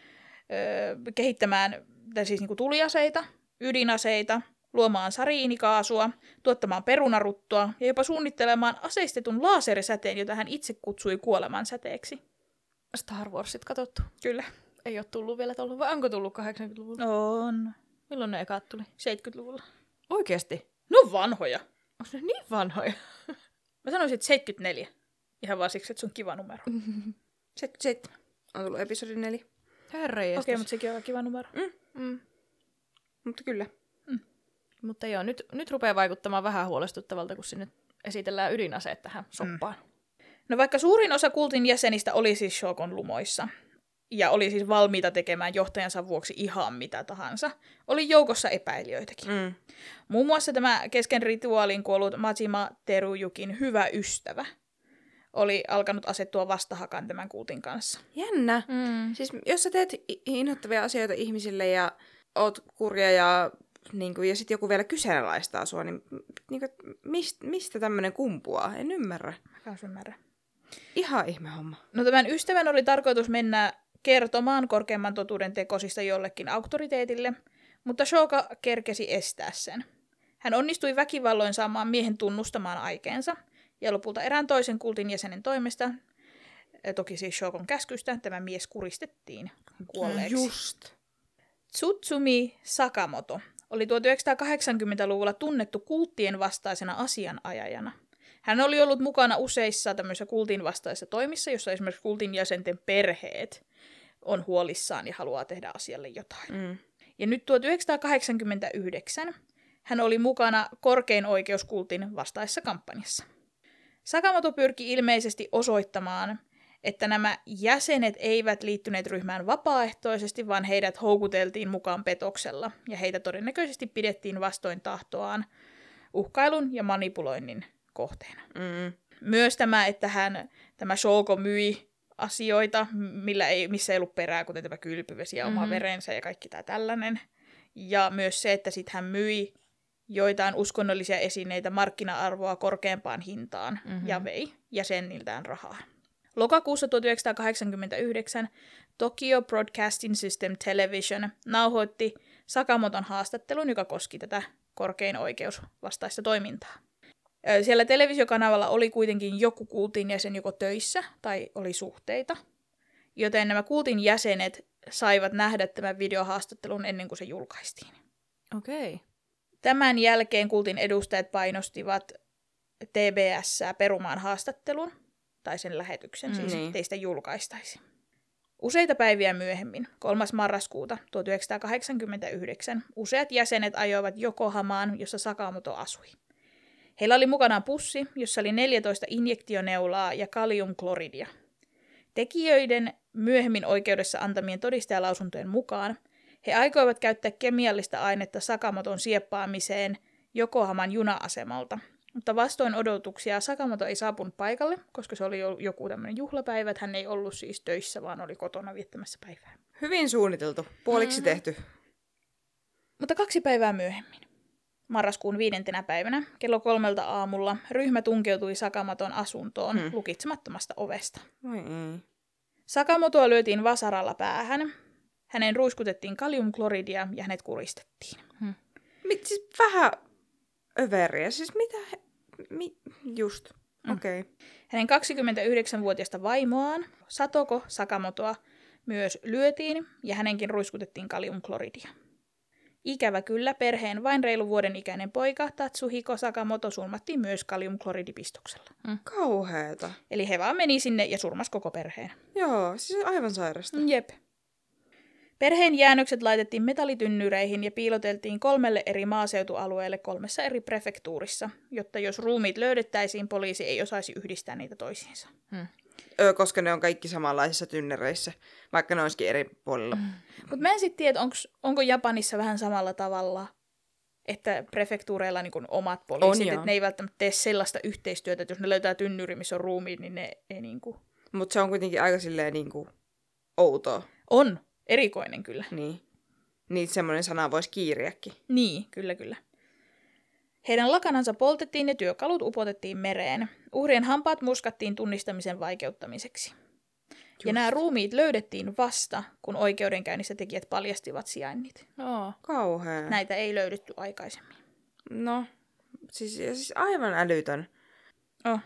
öö, kehittämään tai siis niin kuin tuliaseita, ydinaseita, luomaan sariinikaasua, tuottamaan perunaruttoa ja jopa suunnittelemaan aseistetun laaserisäteen, jota hän itse kutsui kuolemansäteeksi. Star Warsit katsottu. Kyllä. Ei ole tullut vielä tullut, vai onko tullut kahdeksankymmentäluvulla? On. Milloin ne ekat tuli? seitsemänkymmentäluvulla. Oikeesti? Ne on vanhoja. Onko ne niin vanhoja? Mä sanoisin, että seitsemänkymmentäneljä. Ihan vaan siksi, että se on kiva numero. seitsemänkymmentäseitsemän. On tullut episodi neljä. Herra Okei, okay, mutta sekin on kiva numero. mm. Mutta kyllä. Mutta joo, nyt, nyt rupeaa vaikuttamaan vähän huolestuttavalta, kun sinne esitellään ydinaseet tähän soppaan. No vaikka suurin osa kultin jäsenistä oli siis Shokon lumoissa, ja oli siis valmiita tekemään johtajansa vuoksi ihan mitä tahansa, oli joukossa epäilijöitäkin. Mm. Muun muassa tämä kesken rituaalin kuollut Majima Terujukin hyvä ystävä oli alkanut asettua vastahakaan tämän kultin kanssa. Jännä. Mm. Siis jos sä teet i- inhottavia asioita ihmisille ja oot kurja ja, niin kuin, ja sitten joku vielä kyseenalaistaa sua, niin, niin kuin, mist, mistä tämmöinen kumpuaa? En ymmärrä. Mä kans ymmärrän. Ihan ihme homma. No tämän ystävän oli tarkoitus mennä kertomaan korkeimman totuuden tekosista jollekin auktoriteetille, mutta Shoka kerkesi estää sen. Hän onnistui väkivalloin saamaan miehen tunnustamaan aikeensa, ja lopulta erään toisen kultin jäsenen toimesta, toki siis Shokon käskystä, tämä mies kuristettiin kuolleeksi. Just. Tsutsumi Sakamoto oli tuhatyhdeksänsataakahdeksankymmentäluvulla tunnettu kulttien vastaisena asianajajana. Hän oli ollut mukana useissa tämmöisissä kultin vastaisissa toimissa, jossa esimerkiksi kultin jäsenten perheet on huolissaan ja haluaa tehdä asialle jotain. Mm. Ja nyt tuhatyhdeksänsataakahdeksankymmentäyhdeksän hän oli mukana korkein oikeuskultin vastaisessa kampanjassa. Sakamoto pyrki ilmeisesti osoittamaan, että nämä jäsenet eivät liittyneet ryhmään vapaaehtoisesti, vaan heidät houkuteltiin mukaan petoksella, ja heitä todennäköisesti pidettiin vastoin tahtoaan uhkailun ja manipuloinnin kohteena. Mm. Myös tämä, että hän, tämä Shoko myi asioita, millä ei, missä ei ollut perää, kuten tämä kylpyvesi ja oma Mhm. verensä ja kaikki tämä tällainen. Ja myös se, että sitten hän myi joitain uskonnollisia esineitä markkina-arvoa korkeampaan hintaan Mhm. ja vei jäseniltään rahaa. Lokakuussa tuhatyhdeksänsataakahdeksankymmentäyhdeksän Tokyo Broadcasting System Television nauhoitti Sakamoton haastattelun, joka koski tätä korkein oikeus vastaista toimintaa. Siellä televisiokanavalla oli kuitenkin joku kultin jäsen joko töissä tai oli suhteita, joten nämä kultin jäsenet saivat nähdä tämän videohaastattelun ennen kuin se julkaistiin. Okei. Okay. Tämän jälkeen kultin edustajat painostivat T B S:ää perumaan haastattelun, tai sen lähetyksen, siis niin. ettei sitä julkaistaisi. Useita päiviä myöhemmin, kolmas marraskuuta tuhatyhdeksänsataakahdeksankymmentäyhdeksän, useat jäsenet ajoivat Yokohamaan, jossa Sakamoto asui. Heillä oli mukanaan pussi, jossa oli neljätoista injektioneulaa ja kaliumkloridia. Tekijöiden myöhemmin oikeudessa antamien todistajalausuntojen mukaan he aikoivat käyttää kemiallista ainetta Sakamoton sieppaamiseen Yokohaman juna-asemalta, mutta vastoin odotuksia Sakamoto ei saapunut paikalle, koska se oli joku tämmöinen juhlapäivä, että hän ei ollut siis töissä, vaan oli kotona viettämässä päivää. Hyvin suunniteltu, puoliksi mm. tehty. Mutta kaksi päivää myöhemmin, marraskuun viidentenä päivänä, kello kolmelta aamulla, ryhmä tunkeutui Sakamoton asuntoon hmm. lukitsemattomasta ovesta. Oi ei. Sakamotoa lyötiin vasaralla päähän, hänen ruiskutettiin kaliumkloridia ja hänet kuristettiin. Hmm. Mit, siis vähän överiä, siis mitä he... Mi, just, Mm. okei. Okay. Hänen kaksikymmentäyhdeksänvuotiaista vaimoaan, Satoko Sakamotoa, myös lyötiin ja hänenkin ruiskutettiin kaliumkloridia. Ikävä kyllä, perheen vain reilu vuoden ikäinen poika Tatsuhiko Sakamoto surmattiin myös kaliumkloridipistoksella. Mm. Kauheeta. Eli he vaan meni sinne ja surmas koko perheen. Joo, siis aivan sairasta. Jep. Perheen jäännökset laitettiin metallitynnyreihin ja piiloteltiin kolmelle eri maaseutualueelle kolmessa eri prefektuurissa, jotta jos ruumiit löydettäisiin, poliisi ei osaisi yhdistää niitä toisiinsa. Hmm. Öö, koska ne on kaikki samanlaisissa tynnereissä, vaikka ne olisikin eri puolilla. Mm. Mutta mä en sitten tiedä, onks, onko Japanissa vähän samalla tavalla, että prefektuureilla on niin omat poliisit, että ne ei välttämättä tee sellaista yhteistyötä, että jos ne löytää tynnyri, missä on ruumiit, niin ne ei niinku... Mutta se on kuitenkin aika silleen niinku outoa. On. Erikoinen kyllä. Niin. Niin semmoinen sana voisi kiiriäkin. Niin, kyllä kyllä. Heidän lakanansa poltettiin ja työkalut upotettiin mereen. Uhrien hampaat muskattiin tunnistamisen vaikeuttamiseksi. Just. Ja nämä ruumiit löydettiin vasta, kun oikeudenkäynnissä tekijät paljastivat sijainnit. No. Kauhea. Näitä ei löydetty aikaisemmin. No, siis, siis aivan älytön. Oh.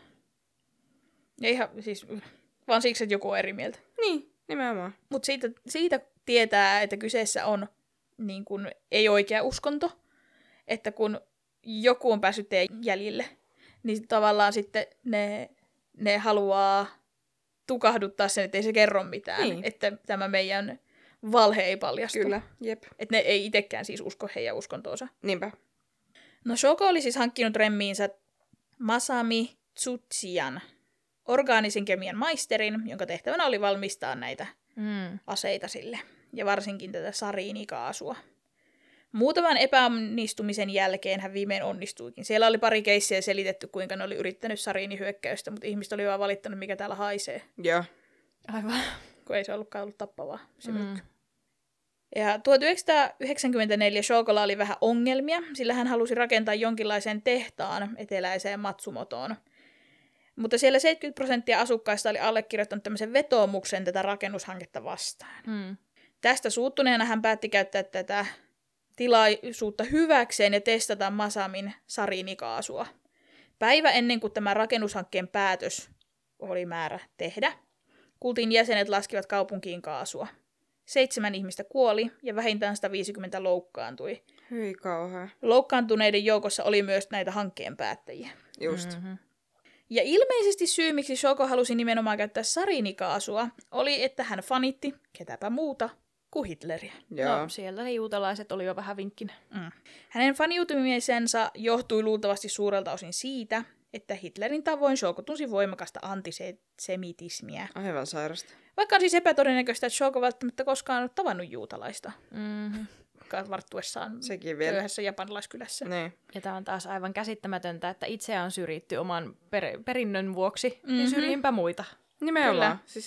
Ja ihan siis, vaan siksi, että joku on eri mieltä. Niin, nimenomaan. Mutta siitä, siitä tietää, että kyseessä on niin kun, ei oikea uskonto, että kun joku on päässyt teidän jäljille, niin tavallaan sitten ne, ne haluaa tukahduttaa sen, ettei se kerro mitään, niin. Että tämä meidän valhe ei paljastu. Kyllä, jep. Että ne ei itsekään siis usko heidän uskontoonsa. Niinpä. No Shoko oli siis hankkinut remmiinsä Masami Tsuchiyan, orgaanisen kemian maisterin, jonka tehtävänä oli valmistaa näitä Mm. aseita sille, ja varsinkin tätä sariinikaasua. Muutaman epäonnistumisen jälkeen hän viimein onnistuikin. Siellä oli pari keissiä selitetty, kuinka ne oli yrittänyt sariinihyökkäystä, mutta ihmiset oli vaan valittanut, mikä täällä haisee. Joo. Aivan. Kun ei se ollutkaan ollut tappavaa, se Mm. mykky. Ja tuhatyhdeksänsataayhdeksänkymmentäneljä Shokolla oli vähän ongelmia, sillä hän halusi rakentaa jonkinlaisen tehtaan eteläiseen Matsumotoon. Mutta siellä seitsemänkymmentä prosenttia asukkaista oli allekirjoittanut tämmöisen vetoomuksen tätä rakennushanketta vastaan. Mm. Tästä suuttuneena hän päätti käyttää tätä tilaisuutta hyväkseen ja testata Masamin sariinikaasua. Päivä ennen kuin tämä rakennushankkeen päätös oli määrä tehdä, kultin jäsenet laskivat kaupunkiin kaasua. Seitsemän ihmistä kuoli ja vähintään sata viisikymmentä loukkaantui. Hyi kauhea. Loukkaantuneiden joukossa oli myös näitä hankkeen päättäjiä. Just. Mm-hmm. Ja ilmeisesti syy, miksi Shoko halusi nimenomaan käyttää sariinikaasua, oli, että hän fanitti, ketäpä muuta, kuin Hitleriä. Joo. No, siellä ne juutalaiset oli jo vähän vinkkinä. Mm. Hänen faniutumisensa johtui luultavasti suurelta osin siitä, että Hitlerin tavoin Shoko tunsi voimakasta antisemitismiä. Aivan sairasta. Vaikka on siis epätodennäköistä, että Shoko välttämättä koskaan ollut tavannut juutalaista. Mm-hmm. Varttuessaan Sekin vielä. köyhässä japanalaiskylässä. Niin. Ja tämä on taas aivan käsittämätöntä, että itseään on syrjitty oman per- perinnön vuoksi, mm-hmm. niin Mhm. syrjinpä muita. Nimenomaan. Siis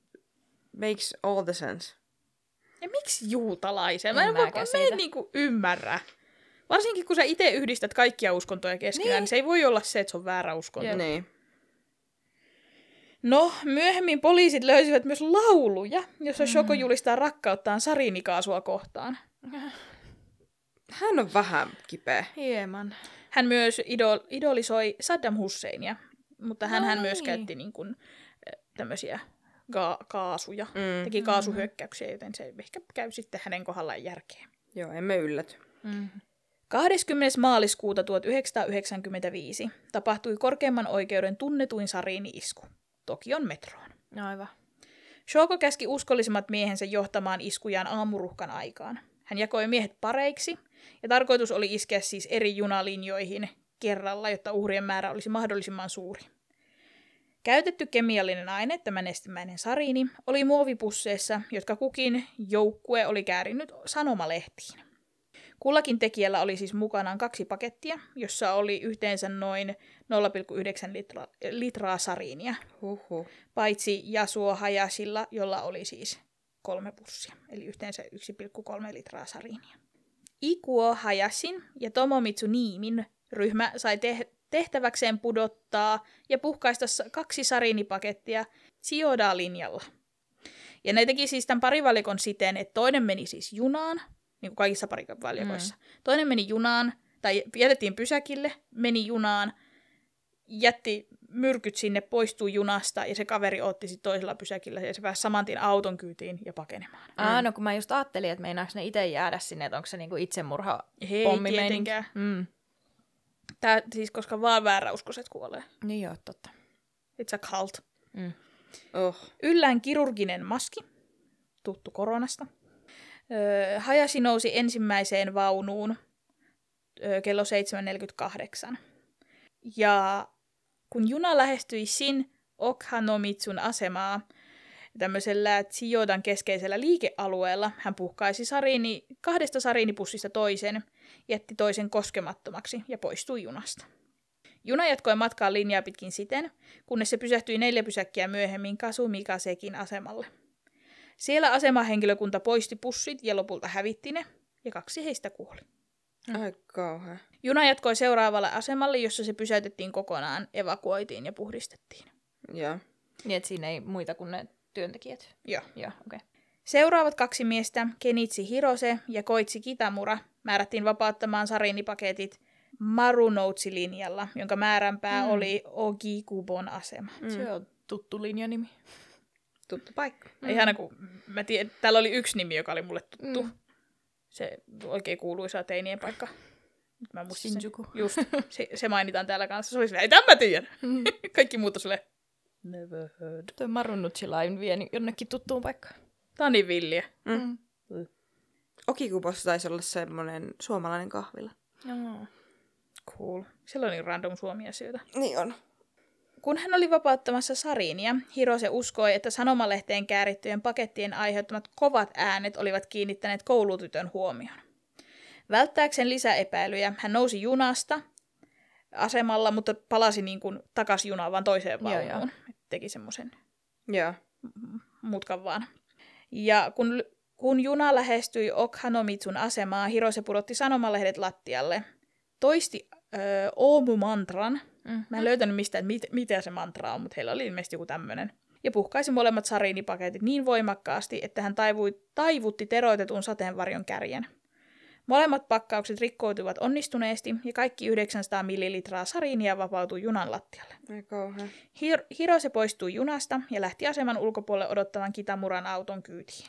makes all the sense. Ja miksi juutalaisia? Mä En en, mäkään mä en siitä. niinku ymmärrä. Varsinkin kun sä itse yhdistät kaikkia uskontoja keskenään, niin. niin se ei voi olla se, että se on väärä uskonto. Jep. Niin. No, myöhemmin poliisit löysivät myös lauluja, jossa mm. Shoko julistaa rakkauttaan sariinikaasua kohtaan. Hän on vähän kipeä. Hieman. Hän myös idol- idolisoi Saddam Husseinia, mutta hän, No hän myös niin. käytti niin kuin, tämmöisiä ga- kaasuja, Mm. teki kaasuhyökkäyksiä, joten se ehkä käy sitten hänen kohdallaan järkeen. Joo, emme ylläty. Mm. kahdeskymmenes maaliskuuta tuhatyhdeksänsataayhdeksänkymmentäviisi tapahtui korkeimman oikeuden tunnetuin sariini-isku, Tokion metroon. Aivan. Shoko käski uskollisimmat miehensä johtamaan iskujaan aamuruhkan aikaan. Hän jakoi miehet pareiksi, ja tarkoitus oli iskeä siis eri junalinjoihin kerralla, jotta uhrien määrä olisi mahdollisimman suuri. Käytetty kemiallinen aine, tämä nestemäinen sariini, oli muovipusseissa, jotka kukin joukkue oli käärinyt sanomalehtiin. Kullakin tekijällä oli siis mukanaan kaksi pakettia, jossa oli yhteensä noin nolla pilkku yhdeksän litra, litraa sariinia, Huhhuh. paitsi Yasuo Hayashilla, jolla oli siis kolme pussia, eli yhteensä yksi pilkku kolme litraa sariinia. Ikuo Hayashin ja Tomomitsu Niimin ryhmä sai te- tehtäväkseen pudottaa ja puhkaista kaksi sariinipakettia Chiyoda-linjalla. Ja ne teki siis tämän parivalikon siten, että toinen meni siis junaan, niin kuin kaikissa parivalikoissa. Mm. Toinen meni junaan, tai jätettiin pysäkille, meni junaan, jätti myrkyt sinne, poistui junasta, ja se kaveri otti sitten toisella pysäkillä, ja se pääsi saman tien auton kyytiin ja pakenemaan. Aa, no kun mä just ajattelin, että meinaako ne itse jäädä sinne, että onko se niinku itsemurha Hei, pommimeininki. tietenkään. Mm. Tää siis, koska vaan vääräuskoiset kuolee. Niin joo, totta. It's a cult. Mm. Oh. Yllään kirurginen maski, tuttu koronasta. Öö, Hayashi nousi ensimmäiseen vaunuun öö, kello seitsemän neljäkymmentäkahdeksan. Ja kun juna lähestyi Shin Okhanomitsun asemaa tämmöisellä Chiyodan keskeisellä liikealueella, hän puhkaisi sariini, kahdesta sariinipussista toisen, jätti toisen koskemattomaksi ja poistui junasta. Juna jatkoi matkaa linjaa pitkin siten, kunnes se pysähtyi neljä pysäkkiä myöhemmin Kasumikasekin asemalle. Siellä asemahenkilökunta poisti pussit ja lopulta hävitti ne, ja kaksi heistä kuoli. Ai kauhea. Juna jatkoi seuraavalle asemalle, jossa se pysäytettiin kokonaan, evakuoitiin ja puhdistettiin. Joo. Niin, että siinä ei muita kuin ne työntekijät. Joo. Joo, okei. Okay. Seuraavat kaksi miestä, Kenichi Hirose ja Koichi Kitamura, määrättiin vapauttamaan sariinipaketit Marunoutsi-linjalla, jonka määränpää mm. oli Ogikubon asema. Mm. Se on tuttu linjanimi. Tuttu paikka. Mm. Ihana, kun mä tiedän, täällä oli yksi nimi, joka oli mulle tuttu. Mm. Se oikein kuuluisa teinien paikka. Nyt mä muistin sen. Shinjuku. Just, se, se mainitaan täällä kanssa. Se oli silleen, ei tämän mä tiedän. Mm. Kaikki muut on silleen, never heard. Tuo Marunouchi-lain vie jonnekin tuttuun paikkaan. Tää on niin villiä. Mm. Mm. Okikubossa taisi olla semmoinen suomalainen kahvila. Joo. Cool. Siellä on niin random Suomi-asioita. Niin on. Kun hän oli vapauttamassa sariinia, Hirose uskoi, että sanomalehteen käärittyjen pakettien aiheuttamat kovat äänet olivat kiinnittäneet koulutytön huomioon. Välttääkseen lisäepäilyjä, hän nousi junasta asemalla, mutta palasi niin kuin takaisin junaan, vaan toiseen vaunuun. Joo, joo. Teki semmoisen Joo. mutkan vaan. Ja kun, kun juna lähestyi Okhanomitsun asemaa, Hirose pudotti sanomalehdet lattialle, toisti öö, Oomu-mantran. Mm. Mä en löytänyt mistään, että mit, mitä se mantra on, mutta heillä oli ilmeisesti joku tämmöinen. Ja puhkaisi molemmat sariinipaketit niin voimakkaasti, että hän taivui, taivutti teroitetun sateenvarjon kärjen. Molemmat pakkaukset rikkoutuivat onnistuneesti ja kaikki yhdeksänsataa millilitraa sariinia vapautui junan lattialle. Ei kauhean. Hir- Hirose poistui junasta ja lähti aseman ulkopuolelle odottavan Kitamuran auton kyytiin.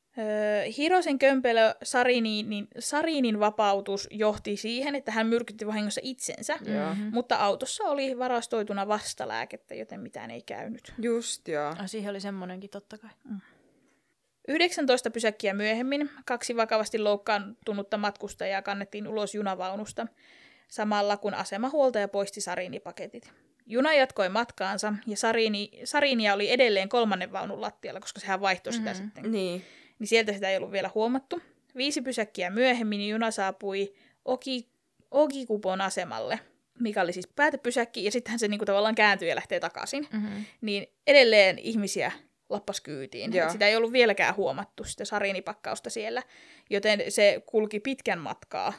Öö, Hirosen kömpelö sariinin, sariinin vapautus johti siihen, että hän myrkytti vahingossa itsensä, mm-hmm. mutta autossa oli varastoituna vastalääkettä, joten mitään ei käynyt. Just joo. Ah, siihen oli semmoinenkin totta kai. Mm. yhdeksäntoista pysäkkiä myöhemmin kaksi vakavasti loukkaantunutta matkustajaa kannettiin ulos junavaunusta, samalla kun asemahuoltaja poisti sariinipaketit. Juna jatkoi matkaansa ja sariini, sariinia oli edelleen kolmannen vaunun lattialla, koska sehän vaihtoi sitä mm-hmm. sitten. Niin. Niin sieltä sitä ei ollut vielä huomattu. Viisi pysäkkiä myöhemmin juna saapui Oki, Ogikubon asemalle, mikä oli siis päätepysäkki, ja sittenhän se niinku tavallaan kääntyy ja lähtee takaisin. Mm-hmm. Niin edelleen ihmisiä lappas kyytiin. Sitä ei ollut vieläkään huomattu, sitä sariinipakkausta siellä, joten se kulki pitkän matkaa,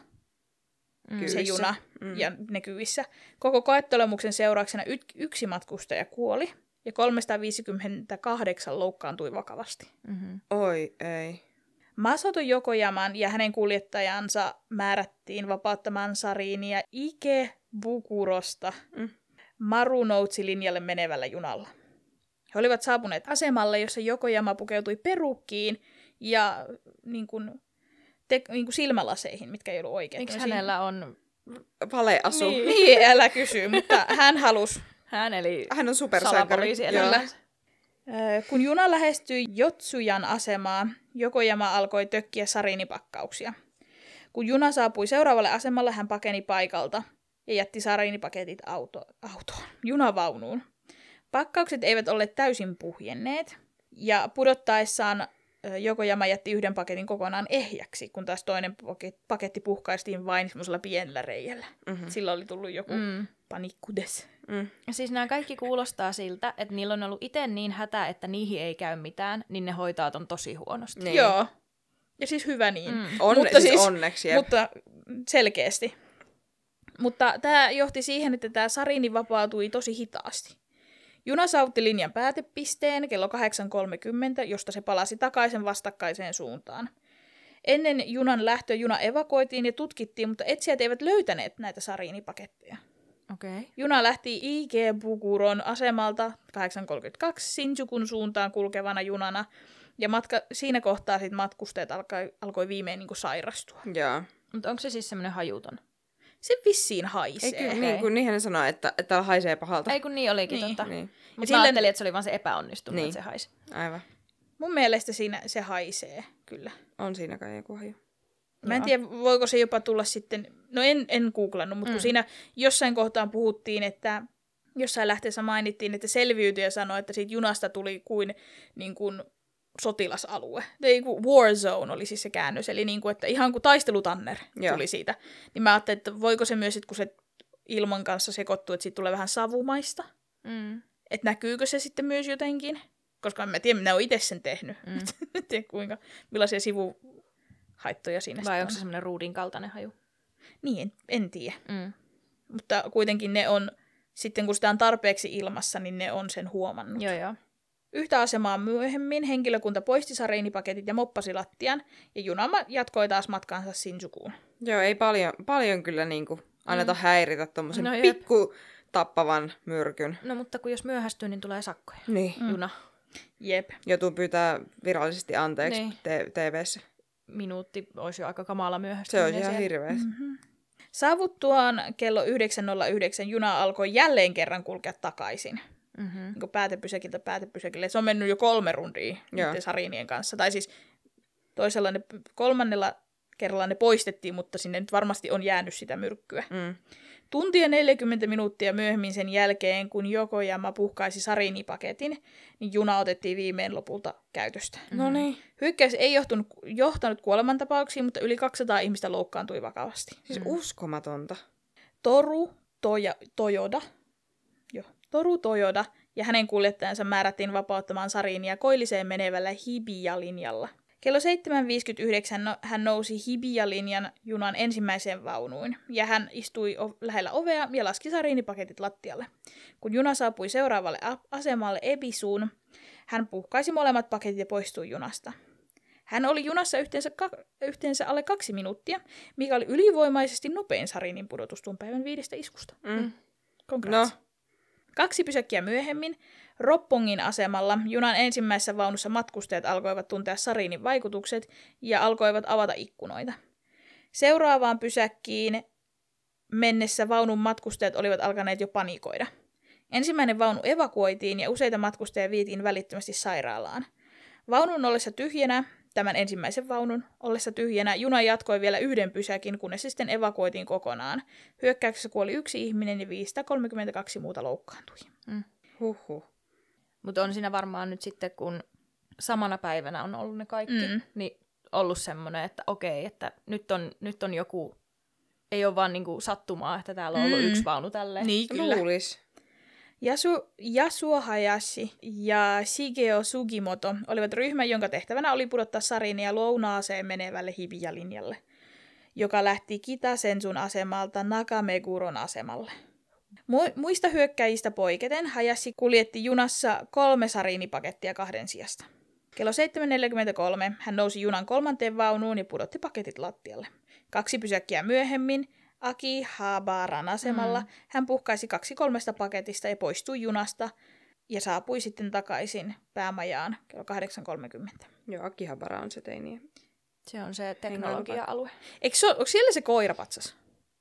mm. se juna mm. ja ne kyvissä. Koko koettelemuksen seurauksena y- yksi matkustaja kuoli, ja kolmesataaviisikymmentäkahdeksan loukkaantui vakavasti. Mm-hmm. Oi, ei. Masato Yokoyaman ja hänen kuljettajansa määrättiin vapauttamaan Sarinia Ikebukurosta Mm. Marunouchi-linjalle menevällä junalla. He olivat saapuneet asemalle, jossa Yokoyama pukeutui perukkiin ja niin kuin, te, niin kuin silmälaseihin, mitkä ei ollut oikein. Miksi hänellä on... Valeasu. Niin, niin, älä kysy, mutta hän halusi. Hän eli Hän on supersankari. salapoliisi Joo. elämässä. Ö, Kun juna lähestyi Jotsujan asemaa, Yokoyama alkoi tökkiä sarinipakkauksia. Kun juna saapui seuraavalle asemalle, hän pakeni paikalta ja jätti sarinipaketit auto, autoon, junavaunuun. Pakkaukset eivät olleet täysin puhjenneet, ja pudottaessaan ö, Yokoyama jätti yhden paketin kokonaan ehjäksi, kun taas toinen paketti puhkaistiin vain semmoisella pienellä reijällä. Mm-hmm. Sillä oli tullut joku Mm. panikkudes. Mm. Siis nämä kaikki kuulostaa siltä, että niillä on ollut itse niin hätä, että niihin ei käy mitään, niin ne hoitaa ton tosi huonosti. Niin. Joo. Ja siis hyvä niin. Mm. On, Mutta siis siis- onneksi. Jep. Mutta selkeästi. Mutta tämä johti siihen, että tämä Sarini vapautui tosi hitaasti. Juna saavutti linjan päätepisteen kello kahdeksan kolmekymmentä, josta se palasi takaisin vastakkaiseen suuntaan. Ennen junan lähtöä juna evakuoitiin ja tutkittiin, mutta etsijät eivät löytäneet näitä Sarini-paketteja. Okei. Okay. Juna lähti Ikebukuron asemalta kahdeksan kolmekymmentäkaksi Shinjukun suuntaan kulkevana junana, ja matka, siinä kohtaa sit matkustajat alkoi, alkoi viimein niin kuin sairastua. Joo. Mutta onko se siis semmoinen hajuton? Se vissiin haisee. Ei kyllä, Okei. niin kuin niinhän ne sanoo, että, että täällä haisee pahalta. Ei kun niin olikin Niin. totta. Niin, Mutta Ja silleen... mä silleen- ajattelin, että se oli vaan se epäonnistunut, Niin. että se haisi. aivan. Mun mielestä siinä se haisee, kyllä. On siinä kai joku haju. Mä en Joo. tiedä, voiko se jopa tulla sitten, no en, en googlannut, mutta mm. kun siinä jossain kohtaan puhuttiin, että jossain lähteessä mainittiin, että selviytyjä sanoi, että siitä junasta tuli kuin, niin kuin sotilasalue. Ei kuin war zone oli siis se käännös, eli niin kuin, että ihan kuin taistelutanner Joo. tuli siitä. Niin mä ajattelin, että voiko se myös, että kun se ilman kanssa sekoittuu, että siitä tulee vähän savumaista, Mm. että näkyykö se sitten myös jotenkin, koska en mä tiedä, minä olen itse sen tehnyt. Mm. En tiedä kuinka, millaisia sivuhaittoja siinä Vai sitten onko se on. semmoinen ruudin kaltainen haju? Niin, en, en tiedä. Mm. Mutta kuitenkin ne on, sitten kun sitä on tarpeeksi ilmassa, niin ne on sen huomannut. Joo, joo. Yhtä asemaa myöhemmin henkilökunta poisti sarinipaketit ja moppasi lattian, ja juna ma- jatkoi taas matkaansa Shinjukuun. Joo, ei paljon, paljon kyllä niinku anneta mm. häiritä tommosen No no, jep. pikku tappavan myrkyn. No mutta kun jos myöhästyy, niin tulee sakkoja. Niin. Mm. Juna. Jep. Joutuu pyytää virallisesti anteeksi Niin. te- T V:ssä. Minuutti olisi jo aika kamala Se myöhästyminen olisi ihan siellä. hirveä. Mm-hmm. Saavuttuaan kello yhdeksän nolla yhdeksän juna alkoi jälleen kerran kulkea takaisin. Mm-hmm. Niin päätepysäkiltä päätepysäkille. Se on mennyt jo kolme rundia Joo. niiden sarinien kanssa. Tai siis toisella ne, kolmannella kerralla ne poistettiin, mutta sinne nyt varmasti on jäänyt sitä myrkkyä. Mm. Tuntia neljäkymmentä minuuttia myöhemmin sen jälkeen, kun Yokoyama puhkaisi sarinipaketin, niin juna otettiin viimein lopulta käytöstä. No niin. Hyökkäys ei johtunut, johtanut kuolemantapauksiin, mutta yli kaksisataa ihmistä loukkaantui vakavasti. Siis mm. uskomatonta. Toru Toja, Toyoda, jo, Toru Toyoda ja hänen kuljettajansa määrättiin vapauttamaan Sarinia koilliseen menevällä Hibiya-linjalla. Kello seitsemän viisikymmentäyhdeksän no, hän nousi Hibiya-linjan junan ensimmäiseen vaunuun, ja hän istui o- lähellä ovea ja laski sarinipaketit lattialle. Kun juna saapui seuraavalle a- asemalle Ebisuun, hän puhkaisi molemmat paketit ja poistui junasta. Hän oli junassa yhteensä, ka- yhteensä alle kaksi minuuttia, mikä oli ylivoimaisesti nopein Sarinin pudotus tuon päivän viidestä iskusta. Mm. Congrats. No. Kaksi pysäkkiä myöhemmin, Roppongin asemalla, junan ensimmäisessä vaunussa matkustajat alkoivat tuntea Sarinin vaikutukset ja alkoivat avata ikkunoita. Seuraavaan pysäkkiin mennessä vaunun matkustajat olivat alkaneet jo panikoida. Ensimmäinen vaunu evakuoitiin ja useita matkustajia vietiin välittömästi sairaalaan. Vaunun ollessa tyhjänä, tämän ensimmäisen vaunun ollessa tyhjänä, juna jatkoi vielä yhden pysäkin, kunnes se sitten evakuoitiin kokonaan. Hyökkäyksessä kuoli yksi ihminen ja viisisataakolmekymmentäkaksi muuta loukkaantui. Mm. Huhhuh. Mutta on siinä varmaan nyt sitten, kun samana päivänä on ollut ne kaikki, Mm. niin ollut semmoinen, että okei, että nyt on, nyt on joku, ei ole vaan niinku sattumaa, että täällä on ollut Mm. yksi vaunu tälleen. Niin, kyllä. Luulis. Yasu, Yasuo Hayashi ja Shigeo Sugimoto olivat ryhmä, jonka tehtävänä oli pudottaa Sarinia lounaaseen menevälle Hibiya-linjalle, joka lähti Kitasensun asemalta Nakameguron asemalle. Mu- muista hyökkäjistä poiketen Hayashi kuljetti junassa kolme sariinipakettia kahden sijasta. Kello seitsemän neljäkymmentäkolme hän nousi junan kolmanteen vaunuun ja pudotti paketit lattialle. Kaksi pysäkkiä myöhemmin Akihabaran asemalla mm. hän puhkaisi kaksi kolmesta paketista ja poistui junasta ja saapui sitten takaisin päämajaan kello kahdeksan kolmekymmentä. Joo, Akihabara on se teini. Se on se teknologia-alue. Eikö se ole, onko siellä se koirapatsas?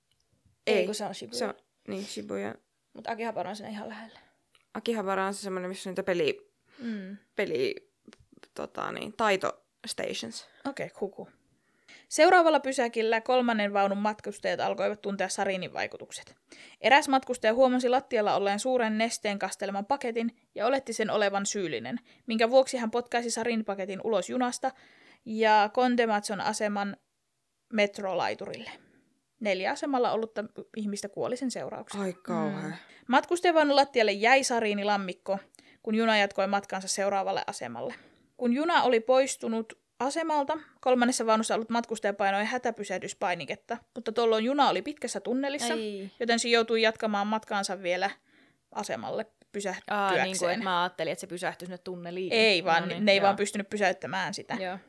Ei, kun se on Shibuya. Se on, niin, Shibuya. Mutta Akihabara on siinä ihan lähellä. Akihabara on se semmoinen, missä on niitä peli, Mm. peli tota niin, taito stations. Okei, okay, huku. Seuraavalla pysäkillä kolmannen vaunun matkustajat alkoivat tuntea sariinin vaikutukset. Eräs matkustaja huomasi lattialla olleen suuren nesteen kasteleman paketin ja oletti sen olevan syyllinen, minkä vuoksi hän potkaisi sariinipaketin ulos junasta ja Kondematson aseman metrolaiturille. Neljä asemalla ollutta ihmistä kuoli sen seurauksena. Ai kauhea. Mm. Matkustajavaunun lattialle jäi sariinilammikko, kun juna jatkoi matkansa seuraavalle asemalle. Kun juna oli poistunut asemalta, kolmannessa vaunussa ollut matkustaja painoi hätäpysähdyspainiketta, mutta tuolloin juna oli pitkässä tunnelissa, Ai. joten se joutui jatkamaan matkaansa vielä asemalle pysähtyäkseen. Aa, niin kuin, että mä ajattelin, että se pysähtyi sinne tunneliin. Ei vaan, no niin, ne ei joo. vaan pystynyt pysäyttämään sitä. Joo.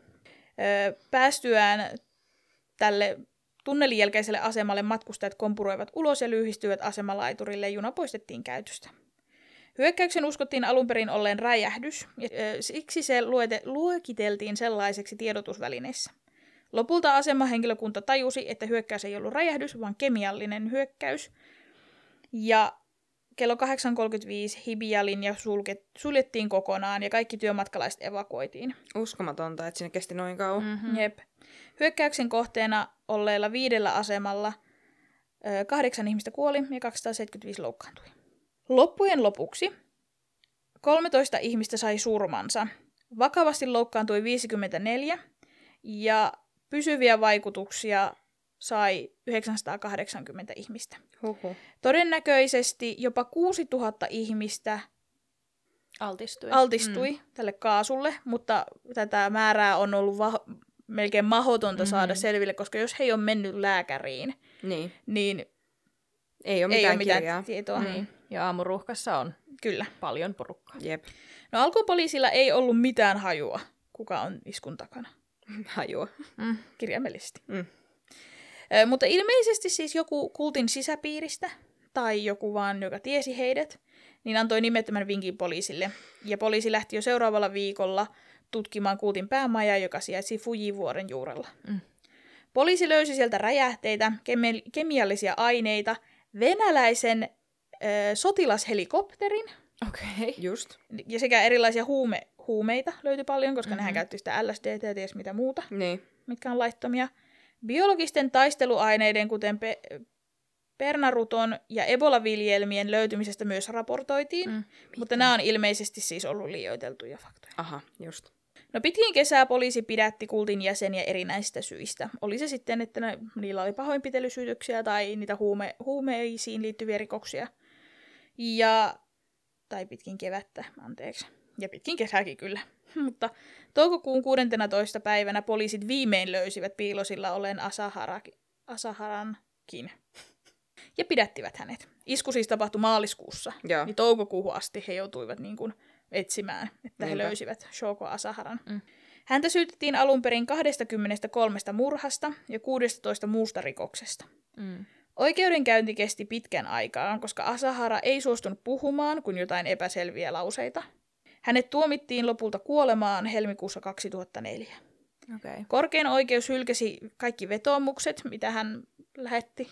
Päästyään tälle tunnelin jälkeiselle asemalle matkustajat kompuroivat ulos ja lyhistyivät asemalaiturille ja juna poistettiin käytöstä. Hyökkäyksen uskottiin alun perin olleen räjähdys, ja siksi se luete, luokiteltiin sellaiseksi tiedotusvälineissä. Lopulta asemahenkilökunta tajusi, että hyökkäys ei ollut räjähdys, vaan kemiallinen hyökkäys. Ja kello kahdeksan kolmekymmentäviisi Hibiya-linja suljettiin kokonaan ja kaikki työmatkalaiset evakuoitiin. Uskomatonta, että siinä kesti noin kauan. Mm-hmm. Jep. Hyökkäyksen kohteena olleilla viidellä asemalla ö, kahdeksan ihmistä kuoli ja kaksisataaseitsemänkymmentäviisi loukkaantui. Loppujen lopuksi kolmetoista ihmistä sai surmansa. Vakavasti loukkaantui viisikymmentäneljä ja pysyviä vaikutuksia sai yhdeksänsataakahdeksankymmentä ihmistä. Huhhuh. Todennäköisesti jopa kuusituhatta ihmistä altistui, altistui mm. tälle kaasulle, mutta tätä määrää on ollut va- melkein mahdotonta mm-hmm. saada selville, koska jos he ei ole mennyt lääkäriin, niin, niin ei ole ei mitään, ole mitään kirjaa. tietoa. Mm. Ja aamuruuhkassa on Kyllä. paljon porukkaa. Jep. No alkuun poliisilla ei ollut mitään hajua, kuka on iskun takana. Hajua. Mm, kirjaimellisesti. Mm. Ö, mutta ilmeisesti siis joku kultin sisäpiiristä, tai joku vaan, joka tiesi heidät, niin antoi nimettömän vinkin poliisille. Ja poliisi lähti jo seuraavalla viikolla tutkimaan kultin päämajaa, joka sijaitsi Fujivuoren juurella. Mm. Poliisi löysi sieltä räjähteitä, kemi- kemiallisia aineita, venäläisen ö, sotilashelikopterin. Okei. Okay. Just. Ja sekä erilaisia huume, huumeita löytyi paljon, koska mm-hmm. nehän käytti sitä L S D:tä ja ties mitä muuta, niin. mitkä on laittomia. Biologisten taisteluaineiden, kuten pe- pernaruton ja ebola-viljelmien löytymisestä myös raportoitiin, mm. mutta nämä on ilmeisesti siis ollut liioiteltuja faktoja. Aha, just. No pitkin kesää poliisi pidätti kultin jäseniä erinäisistä syistä. Oli se sitten, että ne, niillä oli pahoinpitelysyytöksiä tai niitä huume, huumeisiin liittyviä rikoksia. Ja, tai pitkin kevättä, anteeksi. Ja pitkin kesääkin kyllä. Mutta toukokuun kuudentenatoista päivänä poliisit viimein löysivät piilosilla olleen Asahara, Asaharankin. Ja pidättivät hänet. Isku siis tapahtui maaliskuussa. Joo. Niin toukokuuhun asti he joutuivat niin kuin etsimään, että he Niinpä. löysivät Shoko Asaharan. Mm. Häntä syytettiin alun perin kaksikymmentäkolme murhasta ja kuusitoista muusta rikoksesta. Mm. Oikeudenkäynti kesti pitkän aikaa, koska Asahara ei suostunut puhumaan kuin jotain epäselviä lauseita. Hänet tuomittiin lopulta kuolemaan helmikuussa kaksituhattaneljä. Okay. Korkein oikeus hylkäsi kaikki vetoomukset, mitä hän lähetti.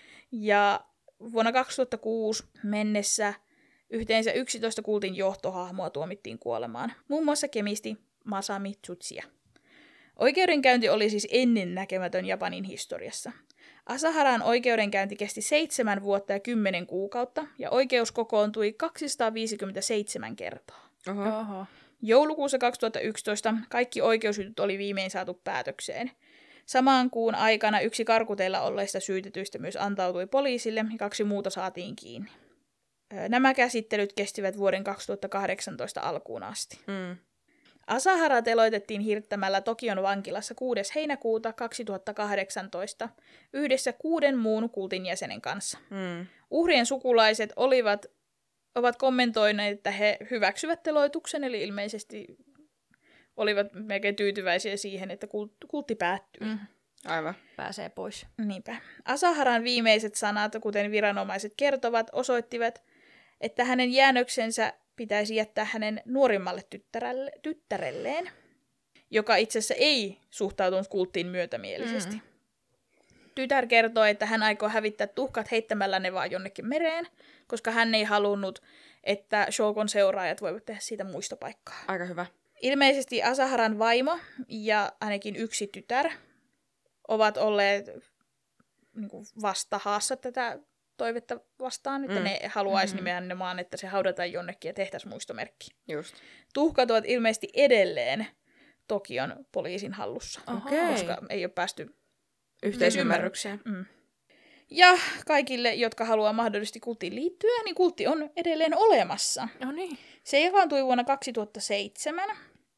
Ja vuonna kaksituhattakuusi mennessä yhteensä yksitoista kultin johtohahmoa tuomittiin kuolemaan, muun muassa kemisti Masami Tsuchiya. Oikeudenkäynti oli siis ennennäkemätön Japanin historiassa. Asaharan oikeudenkäynti kesti seitsemän vuotta ja kymmenen kuukautta, ja oikeus kokoontui kaksisataaviisikymmentäseitsemän kertaa. Oho. Oho. Joulukuussa kaksituhattayksitoista kaikki oikeusjutut oli viimein saatu päätökseen. Samaan kuun aikana yksi karkuteilla olleista syytetyistä myös antautui poliisille ja kaksi muuta saatiin kiinni. Nämä käsittelyt kestivät vuoden kaksituhattakahdeksantoista alkuun asti. Mm. Asahara teloitettiin hirttämällä Tokion vankilassa kuudes heinäkuuta kaksituhattakahdeksantoista yhdessä kuuden muun kultin jäsenen kanssa. Mm. Uhrien sukulaiset olivat, ovat kommentoineet, että he hyväksyvät teloituksen, eli ilmeisesti olivat melkein tyytyväisiä siihen, että kultti päättyi. Mm. Aivan. Pääsee pois. Niinpä. Asaharan viimeiset sanat, kuten viranomaiset kertovat, osoittivat, että hänen jäännöksensä pitäisi jättää hänen nuorimmalle tyttärelle, tyttärelleen, joka itse asiassa ei suhtautunut kulttiin myötämielisesti. Mm. Tytär kertoi, että hän aikoo hävittää tuhkat heittämällä ne vaan jonnekin mereen, koska hän ei halunnut, että Shokon seuraajat voivat tehdä siitä muistopaikkaa. Aika hyvä. Ilmeisesti Asaharan vaimo ja ainakin yksi tytär ovat olleet niin kuin vastahaassa tätä toivetta vastaan, että mm. ne haluaisi mm-hmm. nimenomaan, että se haudataan jonnekin ja tehtäisiin muistomerkki. Just. Tuhkat ovat ilmeisesti edelleen Tokion poliisin hallussa, okay. koska ei ole päästy yhteisymmärrykseen. Mm. Ja kaikille, jotka haluaa mahdollisesti kulttiin liittyä, niin kultti on edelleen olemassa. No niin. Se jakaantui vuonna kaksituhattaseitsemän.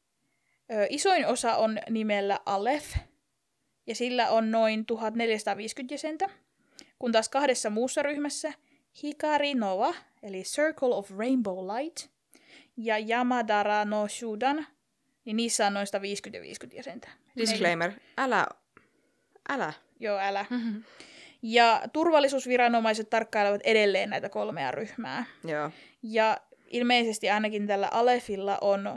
Ö, isoin osa on nimellä Aleph, ja sillä on noin tuhatneljäsataaviisikymmentä jäsentä, kun taas kahdessa muussa ryhmässä, Hikari Nova, eli Circle of Rainbow Light, ja Yamadara no Shudan, niin niissä on noin sata viisikymmentä viisikymmentä jäsentä. Disclaimer, älä, älä. Joo, älä. Mm-hmm. Ja turvallisuusviranomaiset tarkkailevat edelleen näitä kolmea ryhmää. Joo. Ja ilmeisesti ainakin tällä Alephilla on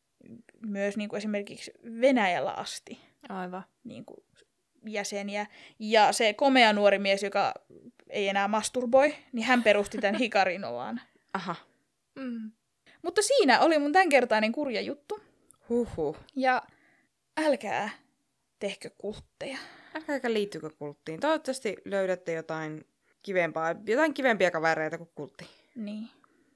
myös niin kuin esimerkiksi Venäjällä asti Aivan. niin kuin jäseniä. Ja se komea nuori mies, joka ei enää masturboi, niin hän perusti tämän Hikari Novaan. Aha. Mm. Mutta siinä oli mun tämänkertainen kurja juttu. Huhhuh. Ja älkää tehkö kultteja. Älkääkä liittykö kulttiin. Toivottavasti löydätte jotain kivempaa, jotain kivempiä kavereita kuin kultti. Niin.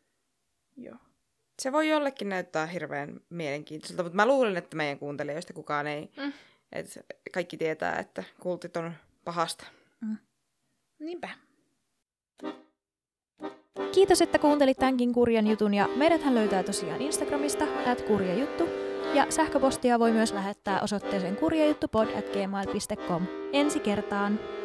Joo. Se voi jollekin näyttää hirveän mielenkiintoiselta, mutta mä luulen, että meidän kuuntelijoista kukaan ei. Mm. Et kaikki tietää, että kultit on pahasta. Mm. Niinpä. Kiitos, että kuuntelit tämänkin kurjan jutun, ja meidäthän löytää tosiaan Instagramista at kurjajuttu, ja sähköpostia voi myös lähettää osoitteeseen kurjajuttupod at gmail piste com. Ensi kertaan!